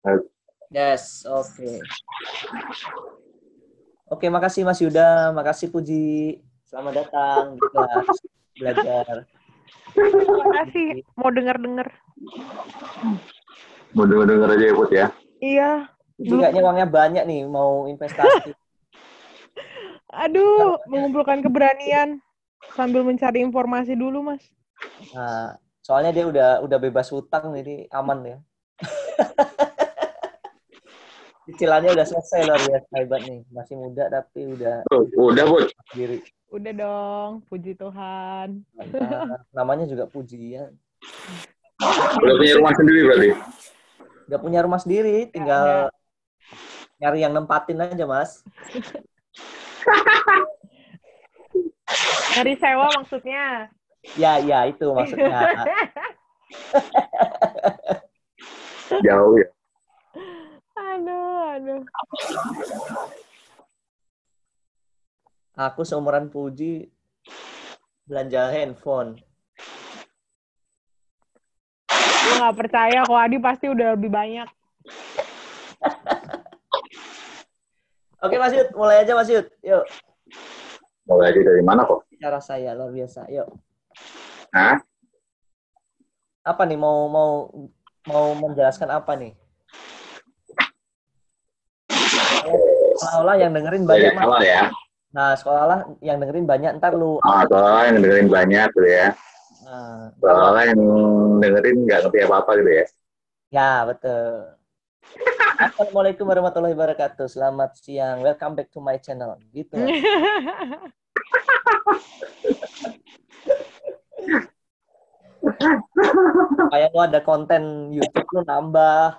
Yes, oke. Oke, makasih Mas Yuda, makasih Puji. Selamat datang di kelas belajar. Makasih, mau dengar-dengar. Mau denger aja ya, Put ya. Iya. Puji kayaknya uangnya banyak nih, mau investasi. Aduh, mengumpulkan keberanian sambil mencari informasi dulu, Mas. Nah, soalnya dia udah bebas hutang, jadi aman ya. Cicilannya udah selesai, luar biasa hebat nih. Masih muda tapi udah Put. diri. Udah dong, puji Tuhan. Namanya juga pujian. Udah punya rumah sendiri berarti? Udah punya rumah sendiri, tinggal nyari yang nempatin aja, Mas. Nyari sewa maksudnya? Ya, itu maksudnya. Jauh ya. Aduh. Aku seumuran Puji belanja handphone. Gue nggak percaya, kok Adi pasti udah lebih banyak. Oke, Mas Yud, mulai aja Mas Yud. Yuk. Mulai aja dari mana kok? Cara saya luar biasa. Yuk. Hah? Apa nih mau menjelaskan apa nih? Seolah-olah yang dengerin banyak. Dari awal ya. Nah, seolah-olah yang dengerin banyak, ntar lu. Seolah yang dengerin banyak gitu ya. Nah, seolah yang dengerin nggak ngerti apa-apa gitu ya. Ya, betul. Assalamualaikum warahmatullahi wabarakatuh. Selamat siang. Welcome back to my channel. Gitu. Kayak lu ada konten YouTube lu nambah.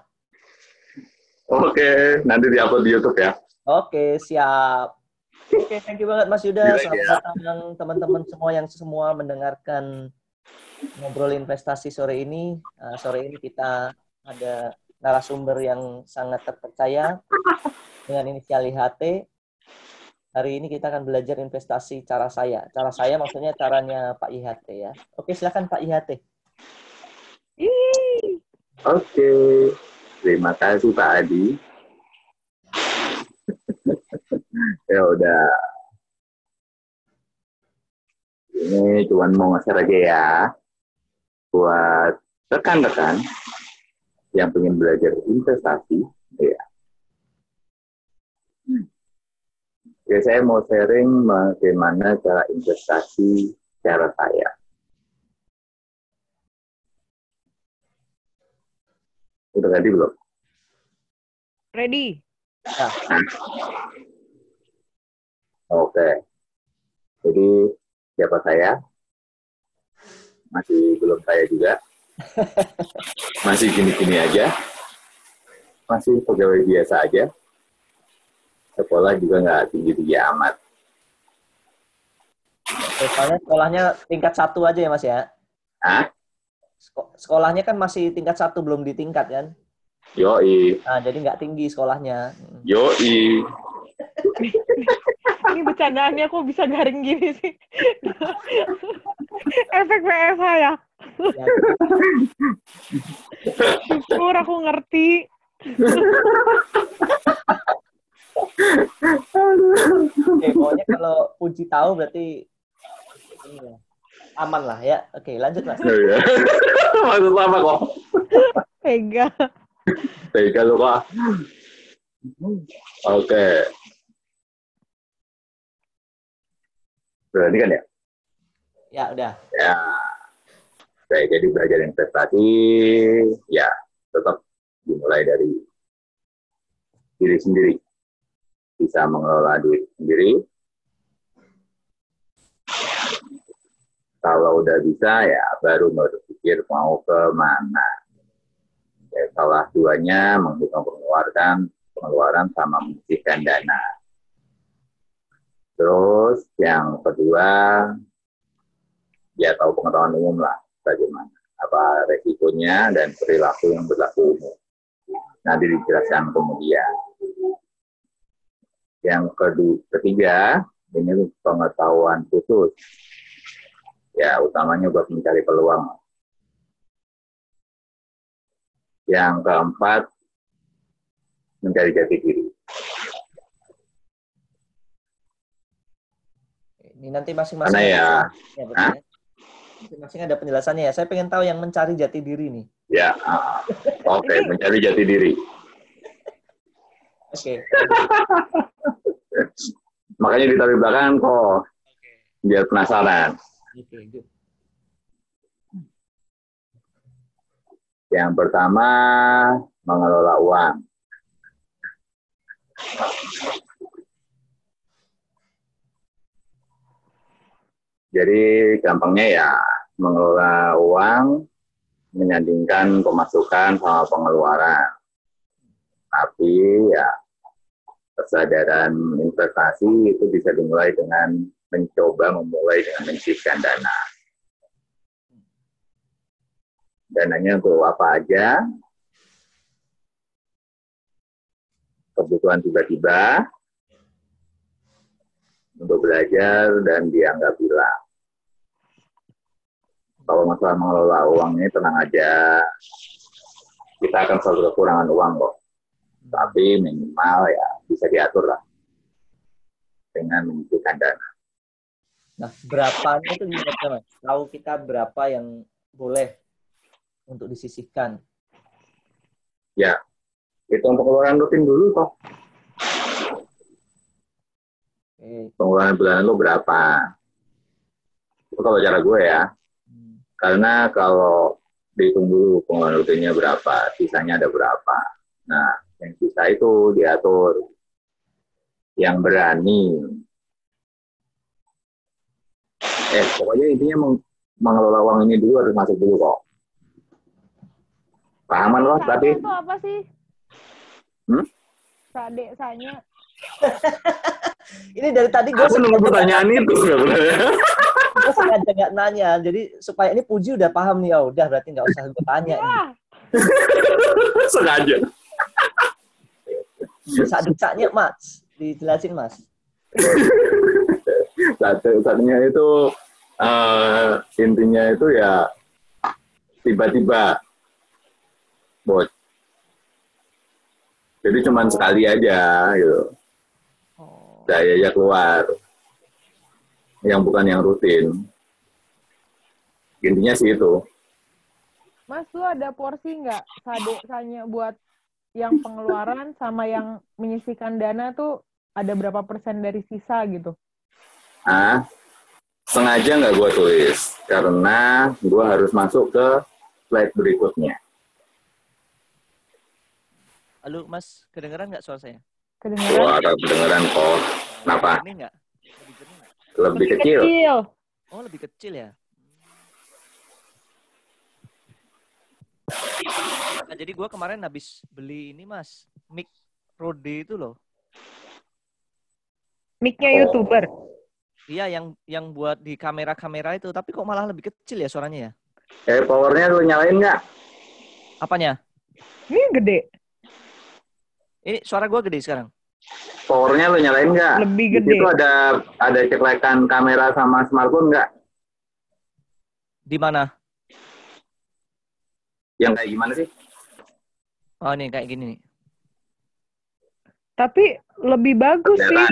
Oke, nanti diupload di YouTube ya. Oke, siap. Oke, thank you banget Mas Yuda. Selamat datang teman-teman semua yang semua mendengarkan ngobrol investasi sore ini. Sore ini kita ada narasumber yang sangat terpercaya dengan inisial IHT. Hari ini kita akan belajar investasi cara saya. Cara saya maksudnya caranya Pak IHT ya. Oke, silakan Pak IHT. Oke, terima kasih Pak Adi. Ya udah. Ini cuman mau nge-share aja ya. Buat rekan-rekan yang pengen belajar investasi. Ya. Oke, saya mau sharing bagaimana cara investasi cara saya. Udah ready belum? Ready. Nah. Oke. Jadi siapa saya? Masih belum saya juga. Masih gini-gini aja. Masih pegawai biasa aja. Sekolah juga nggak tinggi-tinggi amat. Soalnya sekolahnya tingkat 1 aja ya Mas ya? Hah? Sekolahnya kan masih tingkat 1, belum di tingkat kan? Yoi. Nah, jadi nggak tinggi sekolahnya. Yoi. Ini bercandaannya kok bisa garing gini sih? Efek WFH ya? Syukur aku ngerti. Oke, pokoknya kalau Puji tahu berarti ini ya, aman lah ya. Oke, lanjut Mas. Maksud apa kok? Tega lu kok. Oke. Berarti kan ya? Ya, udah. Ya. Oke, jadi belajar investasi, ya tetap dimulai dari diri sendiri. Bisa mengelola duit sendiri. Kalau udah bisa, ya baru berpikir mau ke mana. Ya, salah duanya menghitung pengeluaran sama menyisihkan dana. Terus yang kedua, ya tahu pengetahuan umum lah, bagaimana apa resikonya dan perilaku yang berlaku umum. Nanti dijelaskan kemudian. Yang ketiga, ini pengetahuan khusus. Ya, utamanya buat mencari peluang. Yang keempat, mencari jati diri. Ini nanti masing-masing Karena ya, masing-masing ada penjelasannya ya. Saya pengen tahu yang mencari jati diri nih. ya, oke, mencari jati diri. Oke. Makanya ditaruh di belakang kok, biar penasaran. Oke, good. Yang pertama, mengelola uang. Jadi gampangnya ya, mengelola uang, menyandingkan pemasukan sama pengeluaran. Tapi ya, kesadaran investasi itu bisa dimulai dengan mencoba memulai dengan menyisihkan dana. Dananya untuk apa aja? Kebutuhan tiba-tiba, untuk belajar dan dianggap hilang. Kalau masalah mengelola uang ini tenang aja, kita akan selalu kekurangan uang kok. Tapi minimal ya bisa diatur lah dengan menyisihkan dana. Nah, berapanya itu gimana, Mas? Tahu kita berapa yang boleh untuk disisihkan? Ya, hitung pengeluaran rutin dulu kok. Pengeluaran bulanan lu berapa? Itu kalau cara gue ya. Karena kalau dihitung dulu pengeluaran rutinnya berapa, sisanya ada berapa. Nah, yang sisa itu diatur. Yang berani. Pokoknya intinya mengelola uang ini dulu harus masuk dulu kok. Pahaman loh, tapi... Itu apa sih? Sanya. Ini dari tadi gue nunggu pertanyaan itu sebenarnya. Gue sengaja nggak nanya, jadi supaya ini Puji udah paham nih, ya udah berarti nggak usah gue tanya. Sengaja. Desak-desaknya Mas, dijelasin Mas. Satunya itu intinya itu ya tiba-tiba, bos. Jadi cuman sekali aja gitu. Daya keluar. Yang bukan yang rutin. Intinya sih itu. Mas, lu ada porsi nggak sanya buat yang pengeluaran sama yang menyisihkan dana tuh ada berapa persen dari sisa gitu? Sengaja nggak gue tulis. Karena gue harus masuk ke slide berikutnya. Halo Mas, kedengeran nggak suara saya? Kedengeran? Wah, ada kedengeran kok. Kenapa? Lebih kecil. Oh, lebih kecil ya? Nah, jadi gue kemarin habis beli ini Mas, mic Rode itu loh. Mic-nya YouTuber? Iya, yang buat di kamera-kamera itu. Tapi kok malah lebih kecil ya suaranya ya? Powernya lu nyalain nggak? Apanya? Ini gede. Ini suara gue gede sekarang? Powernya lu nyalain nggak? Lebih gede. Itu ada ceklekan kamera sama smartphone nggak? Di mana? Yang kayak gimana sih? Oh, nih kayak gini nih. Tapi lebih bagus sih.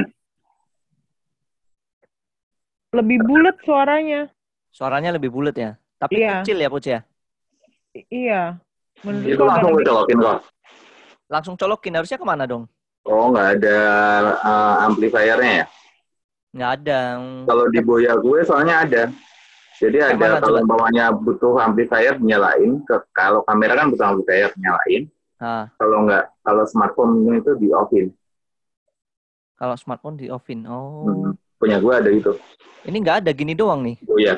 Lebih bulat suaranya. Suaranya lebih bulat ya? Tapi kecil ya, Puj ya? Iya. Itu langsung gue colokin kok. Langsung colokin, harusnya kemana dong? Oh, nggak ada amplifiernya ya? Nggak ada. Kalau di Boya gue soalnya ada. Jadi ada kalau umpamanya butuh amplifier nyalain. Kalau kamera kan butuh amplifier nyalain. Kalau smartphone itu di offin. Kalau smartphone di offin. Oh. Punya gue ada itu. Ini nggak ada, gini doang nih. Oh iya.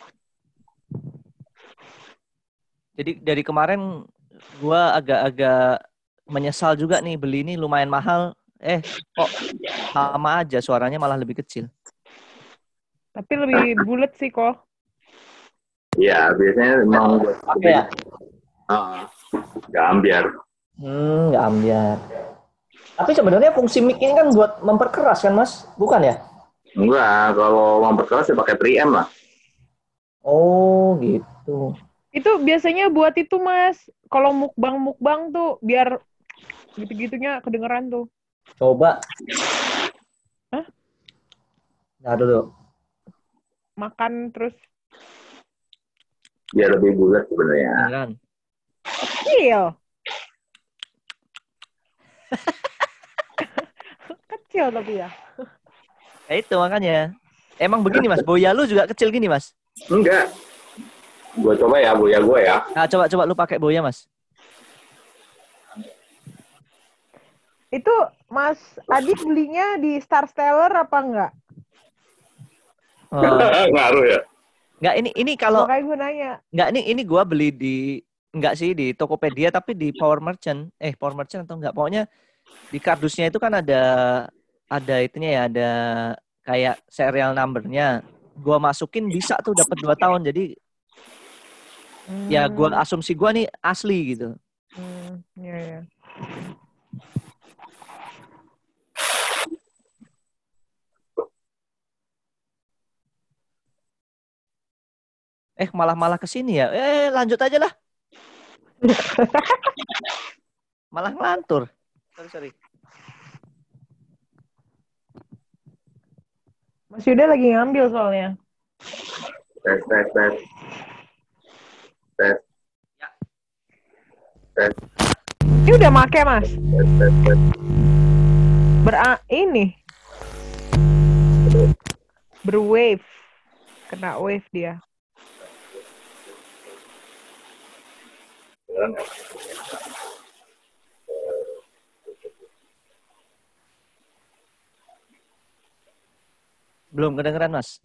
Jadi dari kemarin gue agak-agak menyesal juga nih, beli ini lumayan mahal. Kok sama aja suaranya malah lebih kecil. Tapi lebih bulat sih kok. Iya, biasanya memang buat apa ya? Nggak ambiar. Nggak ambiar. Tapi sebenarnya fungsi mic ini kan buat memperkeras kan, Mas? Bukan ya? Enggak, kalau memperkeras ya pakai 3M lah. Oh, gitu. Itu biasanya buat itu, Mas. Kalau mukbang tuh biar Gitu-gitunya kedengeran tuh. Coba. Hah? Nah dulu. Makan terus Biar lebih bulat sebenarnya. Beneran. kecil. Kecil tapi ya. Ya itu makanya. Emang begini Mas, boya lu juga kecil gini Mas? Enggak. Gue coba ya, boya gue ya. Nah coba lu pakai boya Mas. Itu Mas Adi belinya di Star Stellar apa enggak? Ngaruh ya. Enggak ini kalau Makanya gue nanya. enggak ini gua beli di enggak sih di Tokopedia tapi di Power Merchant. Power Merchant atau enggak? Pokoknya di kardusnya itu kan ada itunya ya, ada kayak serial numbernya. Gua masukin bisa tuh dapat 2 tahun. Jadi ya gua asumsi gua nih asli gitu. Iya. Malah ke sini ya. Lanjut aja lah. Malah ngelantur. Sorry. Mas Yuda lagi ngambil soalnya. Tes. Ya. Tes. Ini udah make Mas. Tes. Ini. Berwave. Kena wave dia. Belum kedengeran Mas.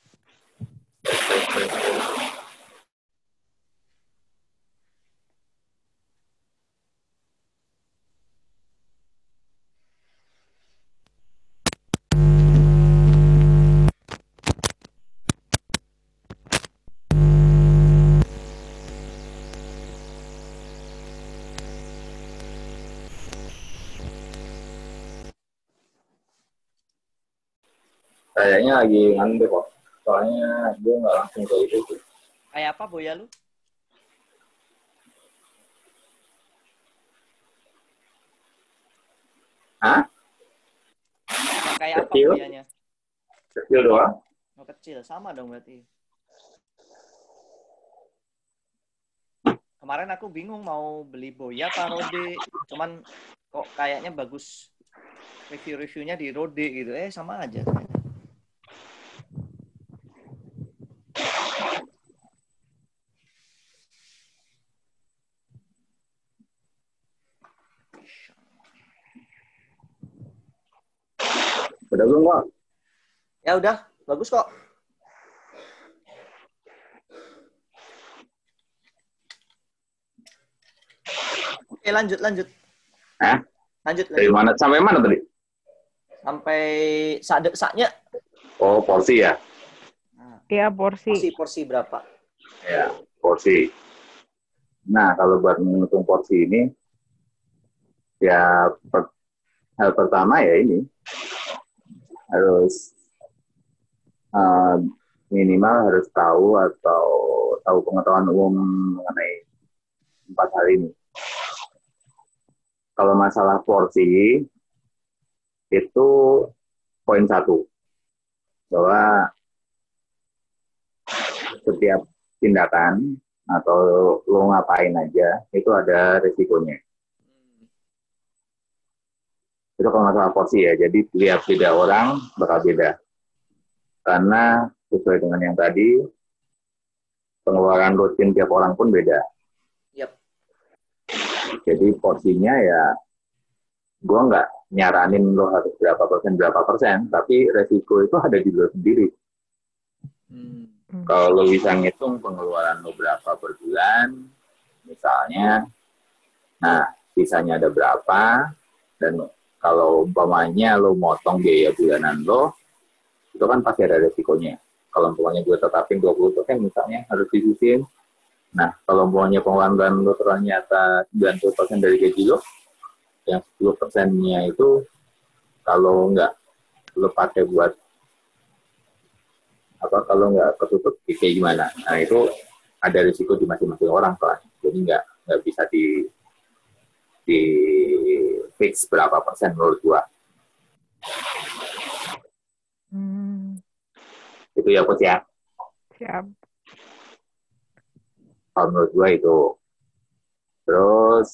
Kayaknya lagi ngandek kok. Soalnya dia nggak langsung ke itu. Kayak apa boya lu? Hah? Kayak apa Kecil? boyanya? Kecil doang. Oh kecil, sama dong berarti. Kemarin aku bingung mau beli boya apa rode. Cuman kok kayaknya bagus review-reviewnya di rode gitu. Sama aja. Udah belum kok? Ya udah, bagus kok. Oke, lanjut. Hah? Lanjut. Dari mana sampai mana tadi? Sampai saknya. Oh, porsi ya? Iya, porsi. Porsi berapa? Ya, porsi. Nah, kalau buat menghitung porsi ini, ya hal pertama ya ini harus minimal harus tahu atau tahu pengetahuan umum mengenai 4 hal ini. Kalau masalah porsi itu poin 1 bahwa setiap tindakan atau lo ngapain aja itu ada resikonya. Itu kalau masalah porsi ya, jadi tiap beda orang bakal beda. Karena sesuai dengan yang tadi, pengeluaran rutin tiap orang pun beda. Yep. Jadi porsinya ya, gue nggak nyaranin lo harus berapa persen, tapi resiko itu ada di lo sendiri. Kalau lo bisa ngitung pengeluaran lo berapa per bulan, misalnya, nah sisanya ada berapa, dan kalau umpamanya lo motong biaya bulanan lo, itu kan pasti ada resikonya. Kalau umpamanya gue tetapin 20% misalnya harus disisihin. Nah, kalau umpamanya pengeluaran lo ternyata 90% dari gaji lo, yang 10%-nya itu kalau nggak lo pakai buat kalau nggak ketutup kayak gimana. Nah, itu ada risiko di masing-masing orang soalnya. Jadi nggak bisa di fix berapa persen menurut gua. Itu ya Coach ya. Siap. Kalau menurut gua itu. Terus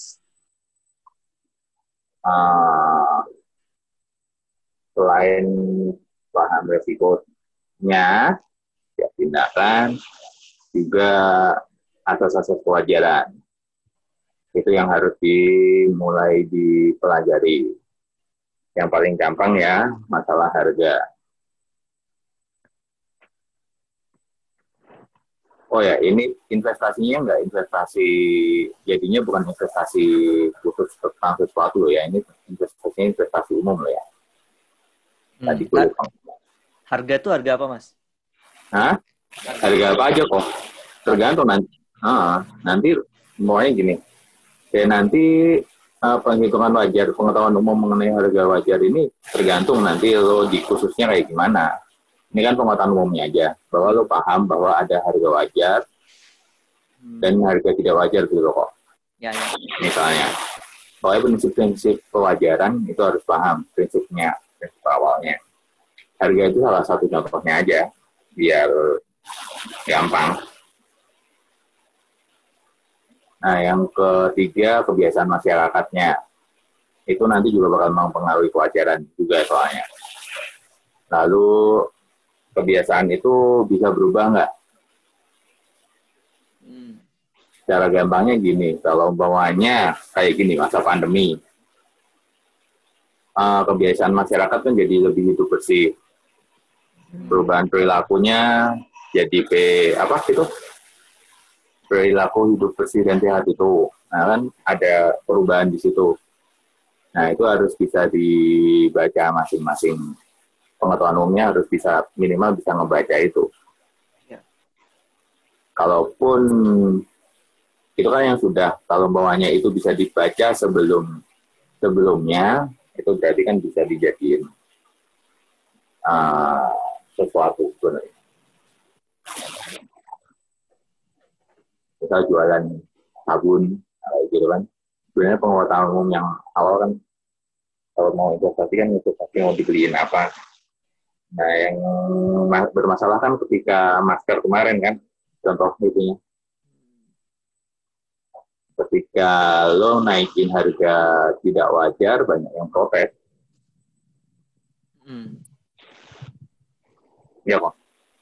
selain paham resikonya, ya tindakan juga asas-asas kewajaran. Itu yang harus dimulai dipelajari. Yang paling gampang ya, masalah harga. Oh ya, ini investasinya nggak investasi, jadinya bukan investasi khusus tentang sesuatu loh ya, ini investasinya investasi umum loh ya. Tadi gue lupa. Harga itu harga apa, Mas? Hah? Harga apa aja kok? Tergantung nanti. Nanti semuanya gini. Kayak nanti penghitungan wajar, pengetahuan umum mengenai harga wajar ini tergantung nanti lo di khususnya kayak gimana. Ini kan pengetahuan umumnya aja, bahwa lo paham bahwa ada harga wajar dan harga tidak wajar gitu loh kok. Ya. Misalnya, pokoknya prinsip-prinsip kewajaran itu harus paham prinsipnya, prinsip awalnya. Harga itu salah satu contohnya aja, biar gampang. Nah, yang ketiga, kebiasaan masyarakatnya. Itu nanti juga bakal mempengaruhi kewajaran juga soalnya. Lalu, kebiasaan itu bisa berubah nggak? Cara gampangnya gini, kalau umpamanya kayak gini, masa pandemi, kebiasaan masyarakat kan jadi lebih hidup bersih. Perubahan perilakunya jadi perilaku hidup bersih dan sehat itu. Nah kan ada perubahan di situ. Nah itu harus bisa dibaca masing-masing. Pengetahuan umumnya harus bisa minimal bisa ngebaca itu. Ya. Kalaupun itu kan yang sudah, kalau bawahnya itu bisa dibaca sebelumnya, itu berarti kan bisa dijadiin sesuatu sebenarnya. Kita jualan sabun, gitu kan. Sebenarnya pengetahuan umum yang awal kan, kalau mau investasi kan investasi mau dibeliin apa. Nah, yang bermasalah kan ketika masker kemarin kan, contoh itunya. Ketika lo naikin harga tidak wajar, banyak yang protes. Iya kok.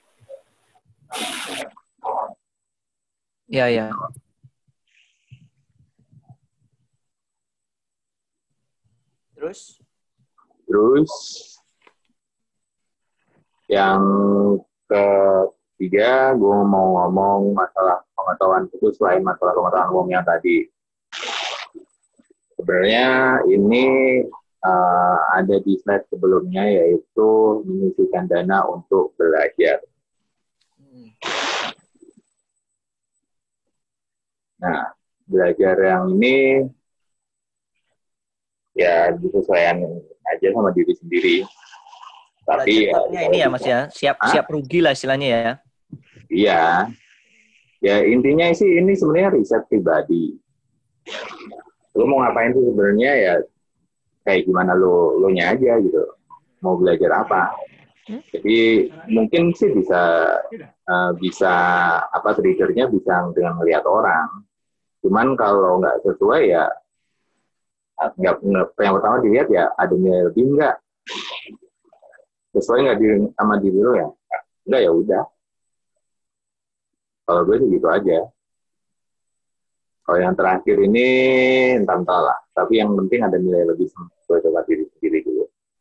Iya. Terus yang ketiga, gue mau ngomong masalah pengetahuan itu selain masalah pengetahuan umum yang tadi. Sebenarnya ini ada di slide sebelumnya, yaitu menyisihkan dana untuk belajar. Nah, belajar yang ini ya disesuaikan aja sama diri sendiri. Tapi ini ya Mas ya, siap rugi lah istilahnya ya. Iya. Ya intinya sih ini sebenarnya riset pribadi. Lo mau ngapain sih sebenarnya ya kayak gimana lo nya aja gitu. Mau belajar apa? Jadi mungkin sih bisa triggernya bisa dengan melihat orang. Cuman kalau nggak sesuai ya nggak yang pertama dilihat ya ada nilai lebih nggak, sesuai nggak sama diri lo ya, nggak ya udah. Kalau gue sih gitu aja. Kalau yang terakhir ini entah lah, tapi yang penting ada nilai lebih sesuai dengan diri sendiri dulu.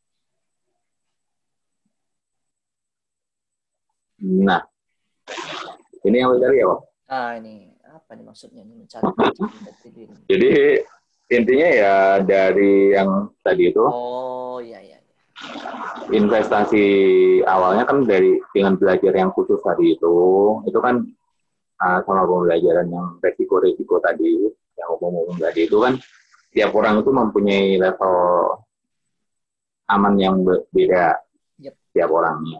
Nah, ini yang lo cari ya, Pak? Ini apa nih maksudnya? Mencari diri. Jadi intinya ya dari yang tadi itu. Oh, iya. Investasi awalnya kan dengan belajar yang khusus tadi itu kan sama pembelajaran yang resiko-resiko tadi, yang umum-umum tadi itu kan tiap orang itu mempunyai level aman yang beda. Tiap orangnya.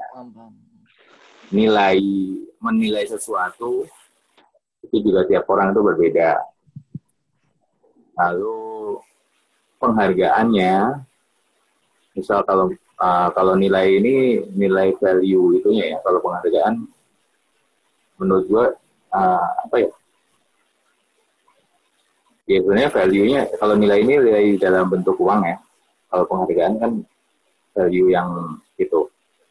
Menilai sesuatu itu juga tiap orang itu berbeda. Lalu penghargaannya, misal kalau nilai ini nilai value itunya ya, kalau penghargaan menurut gue apa ya? Ya sebenarnya value-nya kalau nilai ini nilai dalam bentuk uang ya. Kalau penghargaan kan value yang itu.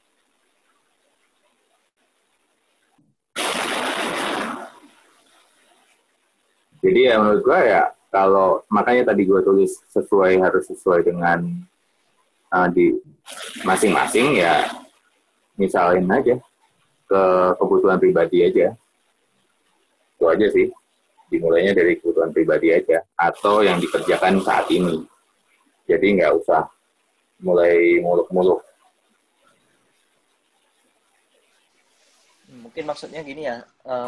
Jadi ya menurut gue ya kalau makanya tadi gue tulis harus sesuai dengan di masing-masing ya, misalin aja ke kebutuhan pribadi aja. Itu aja sih. Dimulainya dari kebutuhan pribadi aja atau yang dikerjakan saat ini. Jadi nggak usah mulai muluk-muluk. Mungkin maksudnya gini ya,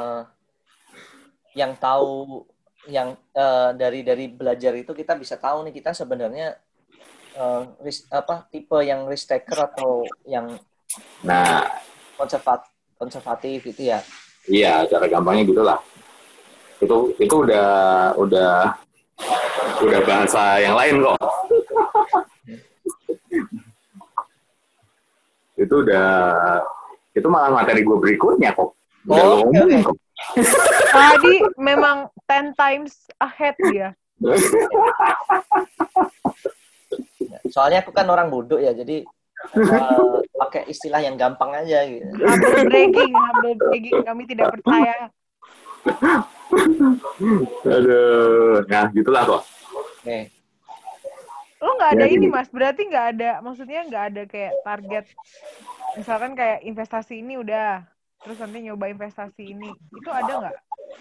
yang tahu yang dari belajar itu kita bisa tahu nih kita sebenarnya tipe yang risk taker atau yang konservatif itu ya. Iya, cara gampangnya gitulah. Itu udah bahasa yang lain kok. Itu malah materi gue berikutnya kok. Okay. Tadi memang 10 times ahead dia. Soalnya aku kan orang bodoh ya, jadi pakai istilah yang gampang aja gitu. Humble bragging, kami tidak percaya. Aduh, nah gitulah kok. Oke. Lo nggak ada ini Mas, berarti nggak ada, maksudnya nggak ada kayak target, misalkan kayak investasi ini udah, terus nanti nyoba investasi ini, itu ada nggak?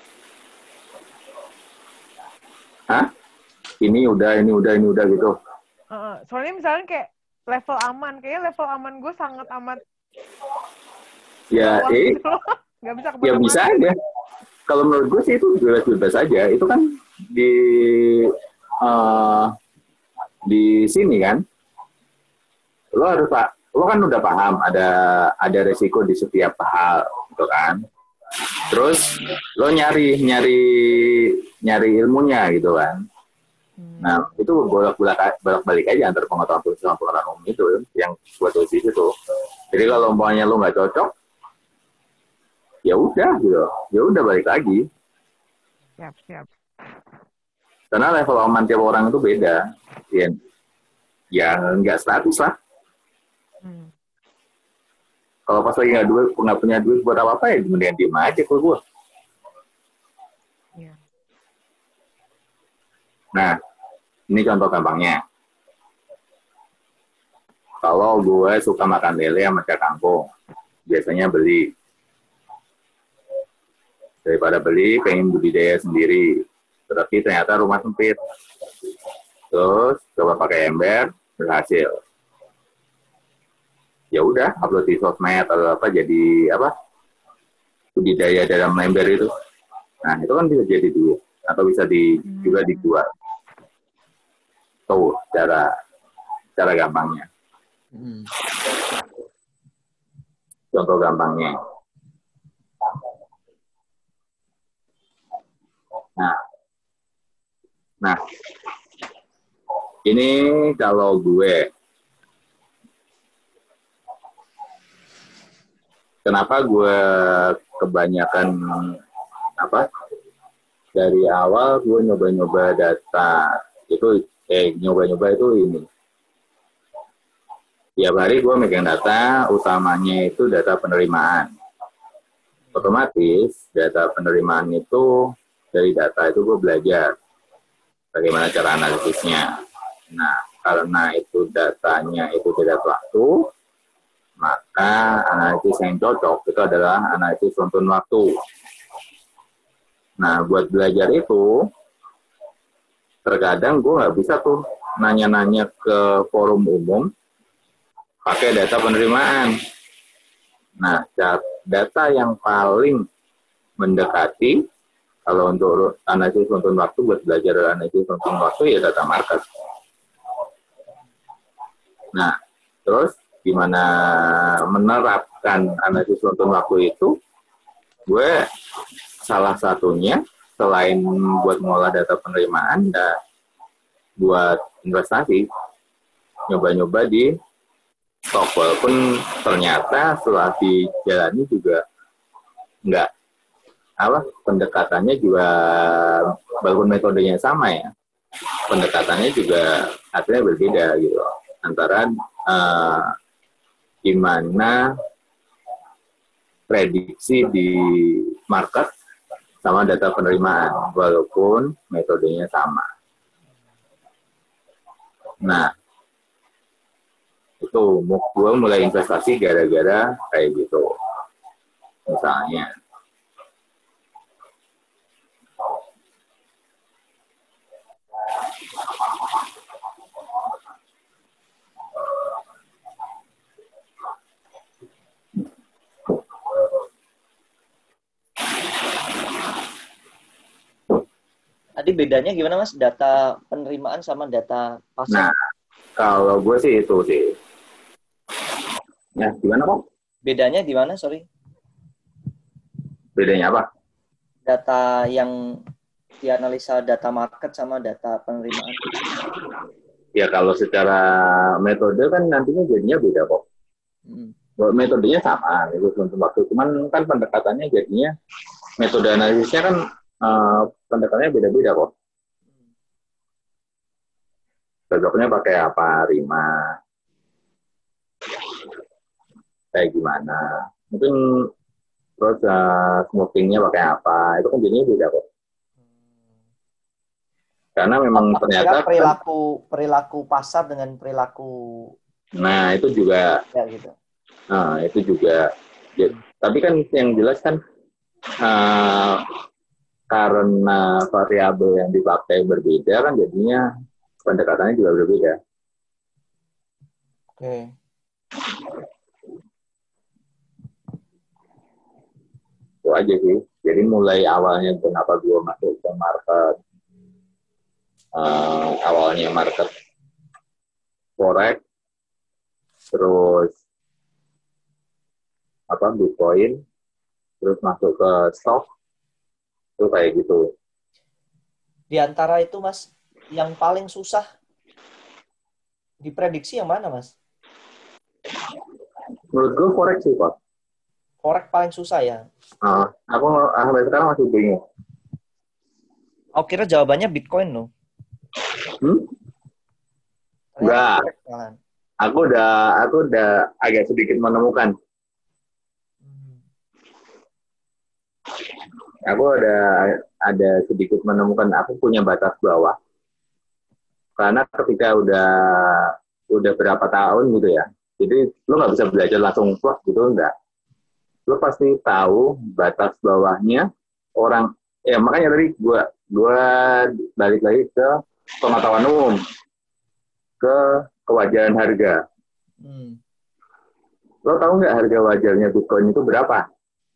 Hah? Ini udah gitu. Soalnya misalnya kayak level aman, kayaknya level aman gue sangat amat. Ya, gitu nggak bisa kemana-mana. Ya bisa aja. Kalau menurut gue sih itu bebas aja. Itu kan di sini kan, lo kan udah paham ada resiko di setiap hal, gitu kan. Terus lo nyari ilmunya gitu kan. Nah itu bolak-balik aja antara pengetahuan khusus sama pengetahuan umum itu yang buat tulis di situ. Jadi kalau umpamanya lo nggak cocok, ya udah balik lagi. Siap. Karena level aman tiap orang itu beda. Ya nggak statis lah. Kalau pas lagi nggak punya duit buat apa-apa ya mendingan diem aja kalau gue. Yeah. Nah, ini contoh gampangnya. Kalau gue suka makan lele sama ikan kangkung, biasanya beli. Daripada beli, pengen budidaya sendiri. Tetapi ternyata rumah sempit. Terus coba pakai ember, berhasil. Ya udah, upload di sosmed atau apa jadi budidaya dalam ember itu. Nah, itu kan bisa jadi duit atau bisa juga dijual. Tuh cara gampangnya. Contoh gampangnya. Nah, ini kalau gue, kenapa gue kebanyakan dari awal gue nyoba-nyoba data itu, nyoba-nyoba itu ini. Tiap hari gue megang data, utamanya itu data penerimaan. Otomatis data penerimaan itu, dari data itu gue belajar bagaimana cara analisisnya. Nah, karena itu datanya itu tidak waktu, maka analisis yang cocok itu adalah analisis runtun waktu. Nah, buat belajar itu, terkadang gue nggak bisa tuh nanya-nanya ke forum umum pakai data penerimaan. Nah, data yang paling mendekati kalau untuk analisis runtun waktu, buat belajar analisis runtun waktu ya data market. Nah, terus gimana menerapkan analisis runtun waktu itu? Gue salah satunya selain buat mengolah data penerimaan, buat investasi, nyoba-nyoba di stok, walaupun ternyata setelah dijalani juga nggak pendekatannya juga, walaupun metodenya sama ya, pendekatannya juga akhirnya berbeda gitu antara gimana prediksi di market sama data penerimaan, walaupun metodenya sama. Nah, itu gue mulai investasi gara-gara kayak gitu. Misalnya. Tadi bedanya gimana Mas? Data penerimaan sama data pasar? Nah, kalau gue sih itu sih. Ya, gimana kok? Bedanya di mana, sorry? Bedanya apa? Data yang dianalisa data market sama data penerimaan. Ya kalau secara metode kan nantinya jadinya beda kok. Metodenya sama, itu untuk waktu. Cuman kan pendekatannya jadinya, metode analisisnya kan pendekatannya beda-beda kok. Cocoknya pakai apa, RIMA, kayak gimana. Mungkin terus smoothingnya pakai apa, itu kan jadinya beda kok. Karena memang ternyata perilaku pasar dengan perilaku. Nah itu juga. Ya gitu. Nah itu juga. Ya, tapi kan yang jelas kan karena variabel yang dipakai berbeda kan jadinya pendekatannya juga berbeda. Oke. Itu aja sih. Jadi mulai awalnya kenapa gue masuk ke market, awalnya market forex, terus Bitcoin, terus masuk ke stok, itu kayak gitu. Di antara itu Mas, yang paling susah diprediksi yang mana Mas? Menurut gue forex sih Pak. Forex paling susah ya? Aku sampai sekarang masih bingung. Aku kira jawabannya Bitcoin loh. Enggak. Aku udah agak sedikit menemukan. Aku ada sedikit menemukan, aku punya batas bawah. Karena ketika udah berapa tahun gitu ya, jadi lo nggak bisa belajar langsung wah gitu, enggak. Lo pasti tahu batas bawahnya orang. Ya makanya tadi gue balik lagi ke pengetahuan umum, ke kewajaran harga. Lo tahu nggak harga wajarnya Bitcoin itu berapa?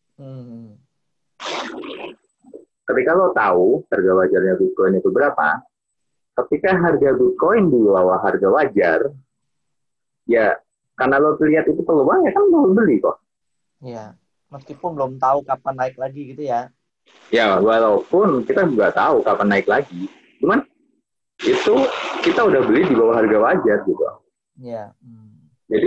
Ketika lo tahu harga wajarnya Bitcoin itu berapa, ketika harga Bitcoin di bawah harga wajar, ya karena lo lihat itu peluang, ya kan lo beli kok. Iya, meskipun belum tahu kapan naik lagi gitu ya. Ya, walaupun kita juga tahu kapan naik lagi, cuman itu kita udah beli di bawah harga wajar gitu. Iya. Jadi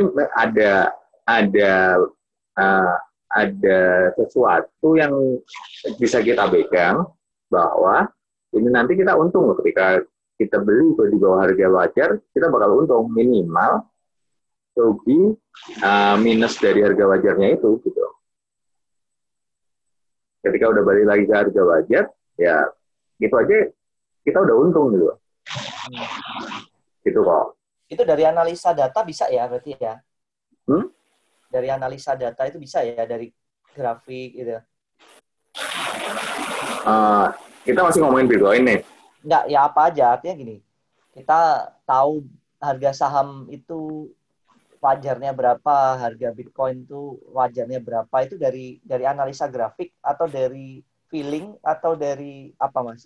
ada sesuatu yang bisa kita pegang bahwa ini nanti kita untung loh ketika kita beli di bawah harga wajar, kita bakal untung minimal rugi minus dari harga wajarnya itu gitu. Ketika udah balik lagi ke harga wajar, ya gitu aja kita udah untung gitu. Gitu kok. Itu dari analisa data bisa ya berarti ya? Dari analisa data itu bisa ya, dari grafik gitu? Kita masih ngomongin Bitcoin nih. Enggak, ya apa aja. Artinya gini, kita tahu harga saham itu wajarnya berapa, harga Bitcoin itu wajarnya berapa, itu dari analisa grafik atau dari feeling atau dari apa Mas?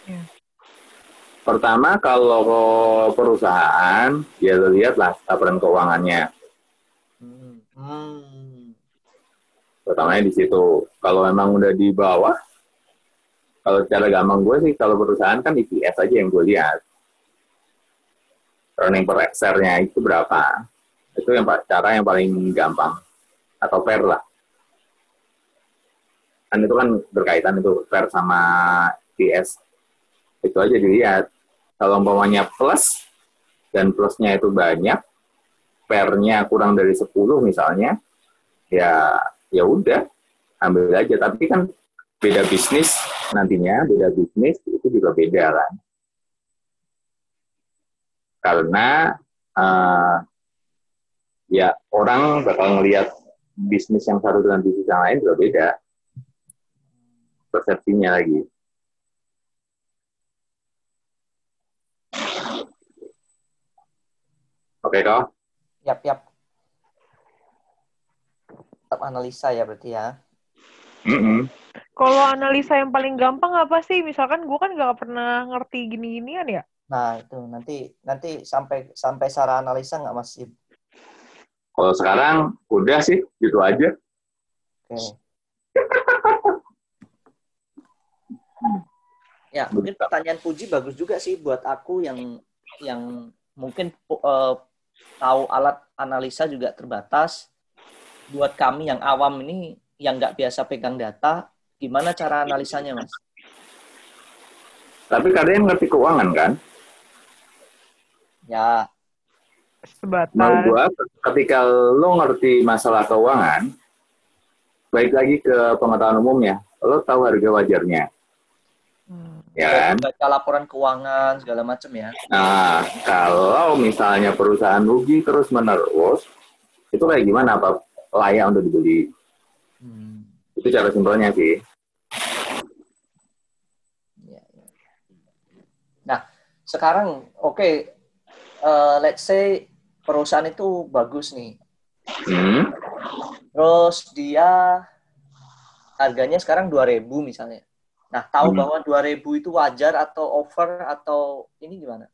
Pertama kalau perusahaan, ya lo lihatlah laporan keuangannya. Pertamanya di situ. Kalau memang udah di bawah, kalau cara gampang gue sih, kalau perusahaan kan EPS aja yang gue lihat. earning per share-nya itu berapa. Itu yang cara yang paling gampang atau fair lah. Kan itu kan berkaitan itu fair sama EPS. Itu aja dilihat. Kalau umpamanya plus dan plusnya itu banyak, fair-nya kurang dari 10 misalnya, ya udah ambil aja. Tapi kan beda bisnis nantinya, beda bisnis itu juga beda kan. Karena ya orang bakal ngelihat bisnis yang satu dengan bisnis yang lain juga beda persepsinya lagi. Oke kok? Yap. Tetap analisa ya berarti ya. Kalau analisa yang paling gampang apa sih? Misalkan gue kan gak pernah ngerti gini-ginian ya. Nah itu nanti sampai Sarah analisa nggak Mas? Kalau sekarang udah sih gitu aja. Oke. Ya mungkin pertanyaan Puji bagus juga sih buat aku yang mungkin tahu alat analisa juga terbatas. Buat kami yang awam ini yang nggak biasa pegang data, gimana cara analisanya Mas? Tapi kalian ngerti keuangan kan? Ya. Sebatas. Mau gua ketika lo ngerti masalah keuangan, baik lagi ke pengetahuan umumnya, lo tahu harga wajarnya. Ya kan? Baca laporan keuangan segala macam ya. Nah, kalau misalnya perusahaan rugi terus menerus, itu kayak gimana? Apa layak untuk dibeli? Itu cara simpelnya sih. Nah, sekarang let's say perusahaan itu bagus nih. Terus dia harganya sekarang 2.000 misalnya. Nah, tahu bahwa 2.000 itu wajar atau over atau ini gimana?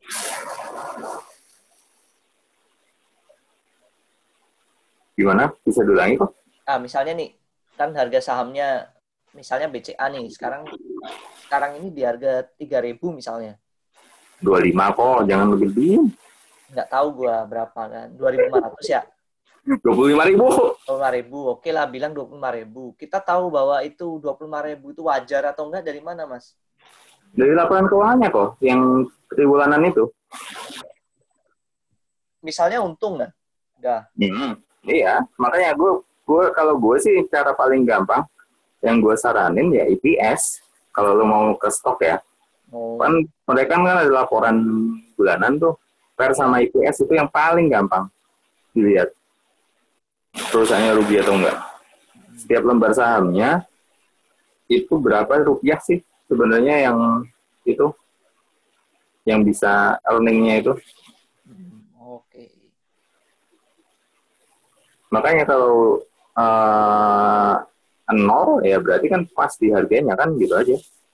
Gimana? Bisa diulangi kok? Misalnya nih, kan harga sahamnya misalnya BCA nih, sekarang ini di harga 3.000 misalnya. 25 kok, jangan lebih. Nggak tahu gua berapa kan. 2.500 ya? 25.000. 25.000. Oke lah, bilang 25.000. Kita tahu bahwa itu 25.000 itu wajar atau enggak dari mana, Mas? Dari laporan keuangannya kok, yang triwulanan itu. Misalnya untung nggak? Nggak. Iya, makanya kalau gue sih cara paling gampang yang gue saranin ya EPS. Kalau lo mau ke stok ya. Kan mereka kan ada laporan bulanan tuh. Per sama EPS itu yang paling gampang dilihat. Perusahaannya rugi atau enggak. Setiap lembar sahamnya itu berapa rupiah sih sebenarnya yang bisa earningnya itu. Oke. Makanya kalau 0 ya berarti kan pas di harganya kan gitu aja.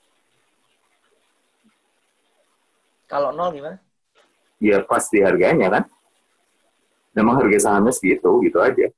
Kalau 0 gimana? Ya pas di harganya kan. Memang harga sahamnya segitu, gitu aja.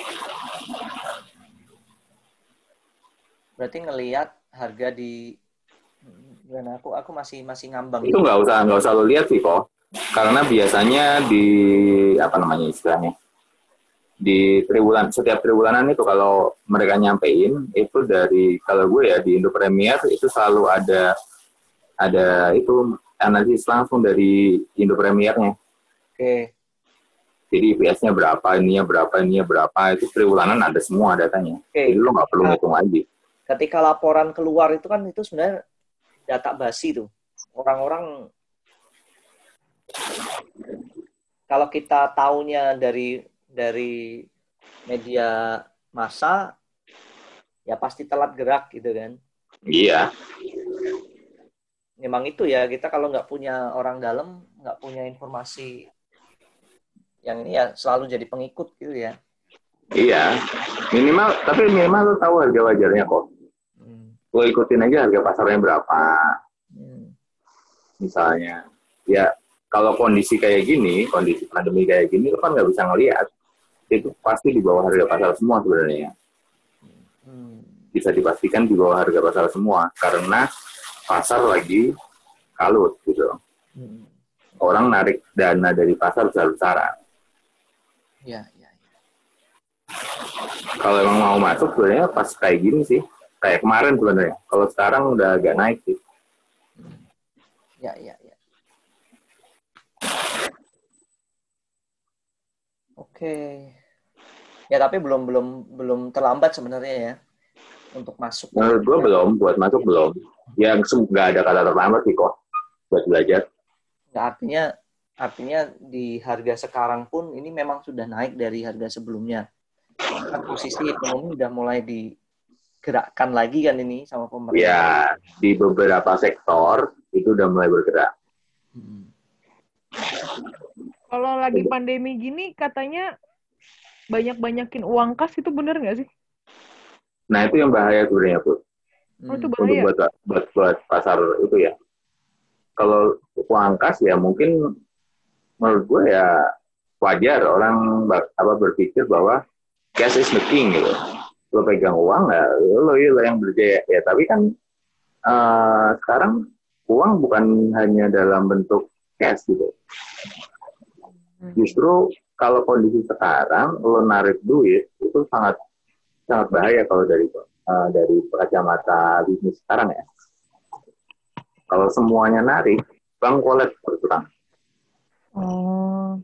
Berarti ngelihat harga di gimana? Aku masih ngambang. Itu nggak usah lo lihat sih kok. Karena biasanya istilahnya di setiap triwulanan itu kalau mereka nyampein itu dari kalau gue ya di Indo Premier itu selalu ada itu analisis langsung dari Indo Premiernya. Oke. Jadi IPS-nya berapa, ininya berapa, itu triwulanan ada semua datanya. Oke. Jadi lo nggak perlu ngitung lagi. Ketika laporan keluar itu kan itu sebenarnya data basi tuh. Orang-orang kalau kita taunya dari media massa ya pasti telat gerak gitu kan. Iya. Memang itu ya, kita kalau nggak punya orang dalam, nggak punya informasi yang ini ya selalu jadi pengikut gitu ya. Iya, tapi minimal lo tahu harga wajarnya kok. Lo ikutin aja harga pasarnya berapa. Misalnya, ya kalau kondisi kayak gini, kondisi pandemi kayak gini, lo kan nggak bisa ngelihat. Itu pasti di bawah harga pasar semua sebenarnya. Bisa dipastikan di bawah harga pasar semua, karena pasar lagi kalut gitu. orang narik dana dari pasar besar-besaran. Iya. Kalau emang mau masuk sebenarnya pas kayak gini sih, kayak kemarin sebenarnya. Kalau sekarang udah agak naik sih. Iya. Oke. Ya tapi belum terlambat sebenarnya ya untuk masuk. Menurut gue belum, buat masuk belum. Ya nggak ada kata terlambat sih kok buat belajar. Nah, artinya di harga sekarang pun ini memang sudah naik dari harga sebelumnya. Kan posisi ekonomi udah mulai digerakkan lagi kan ini sama pemerintah. Ya, di beberapa sektor itu udah mulai bergerak. Kalau lagi pandemi gini katanya banyak-banyakin uang kas, itu bener nggak sih? Nah, itu yang bahaya sebenarnya, Bu. Itu Untuk bahaya. buat pasar itu ya. Kalau uang kas ya mungkin menurut gue ya wajar orang berpikir bahwa cash is the king gitu. Lo pegang uang ya, lo yang berjaya. Ya, tapi kan sekarang uang bukan hanya dalam bentuk cash gitu. Justru kalau kondisi sekarang lo narik duit itu sangat bahaya kalau dari kacamata bisnis sekarang ya. Kalau semuanya narik, bank wallet berkurang. Oh.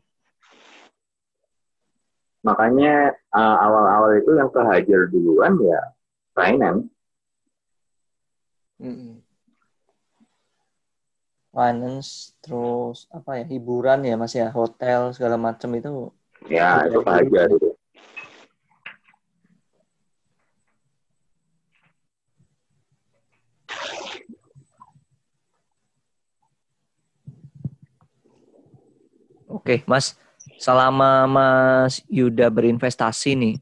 Makanya awal-awal itu yang kehajar duluan ya finance. Finance, terus apa ya, hiburan ya Mas ya, hotel segala macam itu. Ya, itu kehajar itu. Oke, Mas. Selama Mas Yuda berinvestasi nih,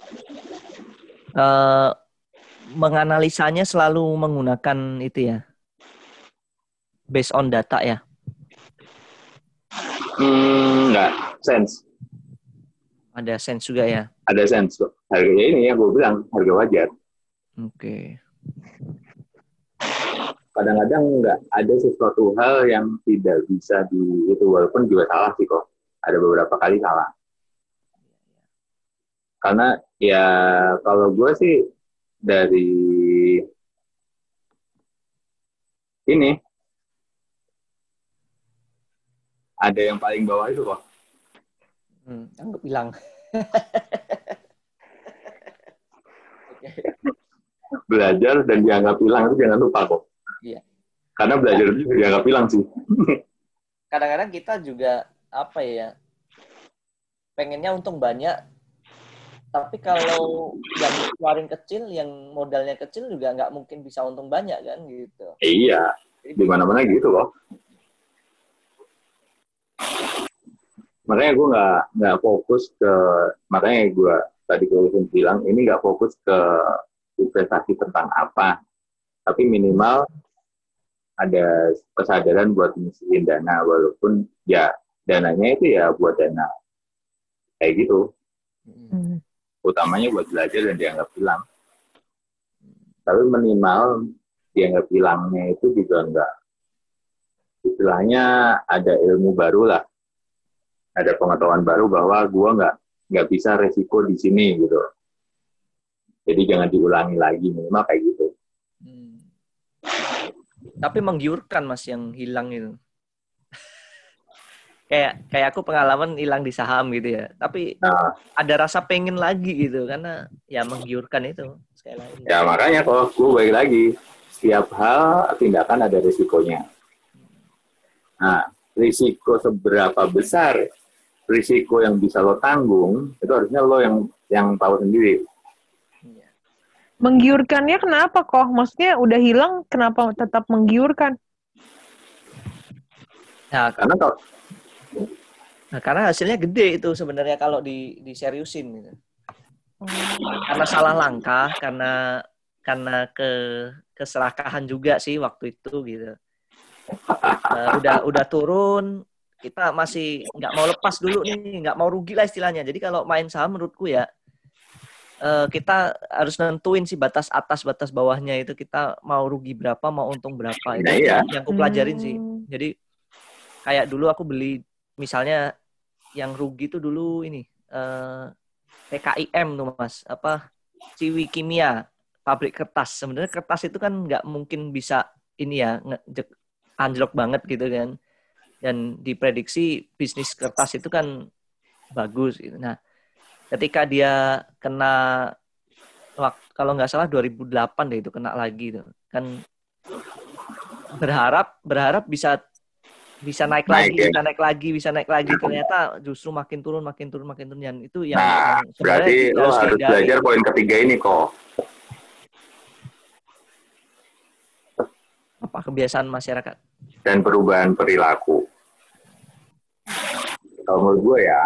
menganalisanya selalu menggunakan itu ya, based on data ya? Enggak, sense. Ada sense juga ya? Ada sense. Harganya ini yang gue bilang, harga wajar. Oke. Kadang-kadang nggak ada sesuatu hal yang tidak bisa itu, walaupun juga salah sih kok. Ada beberapa kali salah. Karena ya kalau gue sih dari ini ada yang paling bawah itu kok. Anggap hilang. Belajar dan dianggap hilang itu jangan lupa kok. Iya. Karena belajar itu dianggap hilang sih. Kadang-kadang kita juga apa ya, pengennya untung banyak, tapi kalau yang keluarin kecil, yang modalnya kecil juga nggak mungkin bisa untung banyak kan gitu. Iya, di mana-mana gitu loh. Makanya gue nggak fokus ke, makanya gue tadi gue bilang ini nggak fokus ke investasi tentang apa, tapi minimal ada kesadaran buat ngisiin dana, walaupun ya dananya itu ya buat dana kayak gitu. Utamanya buat belajar dan dianggap hilang. Tapi minimal dianggap hilangnya itu juga enggak, istilahnya ada ilmu baru lah, ada pengetahuan baru bahwa gue nggak bisa resiko di sini gitu. Jadi jangan diulangi lagi, minimal kayak gitu. Tapi menggiurkan Mas yang hilang itu. kayak aku pengalaman hilang di saham gitu ya. Tapi ada rasa pengen lagi gitu karena ya menggiurkan itu sekali lagi. Ya makanya kok gue balik lagi, setiap hal tindakan ada risikonya. Nah, risiko seberapa besar risiko yang bisa lo tanggung itu harusnya lo yang tahu sendiri. Menggiurkannya kenapa kok? Maksudnya udah hilang, kenapa tetap menggiurkan? Nah, karena hasilnya gede itu sebenarnya kalau diseriusin gitu. Karena salah langkah, karena keserakahan juga sih waktu itu gitu. Udah turun, kita masih nggak mau lepas dulu nih, nggak mau rugi lah istilahnya. Jadi kalau main saham menurutku ya, kita harus nentuin sih batas atas, batas bawahnya itu kita mau rugi berapa, mau untung berapa. Itu yang aku pelajarin sih. Jadi kayak dulu aku beli misalnya yang rugi tuh dulu ini PKIM tuh Mas, apa Ciwi Kimia, pabrik kertas. Sebenarnya kertas itu kan nggak mungkin bisa ini ya anjlok banget gitu kan. Dan diprediksi bisnis kertas itu kan bagus gitu. Nah, ketika dia kena kalau nggak salah 2008 deh itu kena lagi tuh. Kan berharap bisa naik lagi, ya. bisa naik lagi. Ternyata justru makin turun. Dan itu yang Nah, sebenarnya berarti lo harus dihindari. belajar poin ketiga ini kok. Apa kebiasaan masyarakat? Dan perubahan perilaku. Kalau menurut gue ya,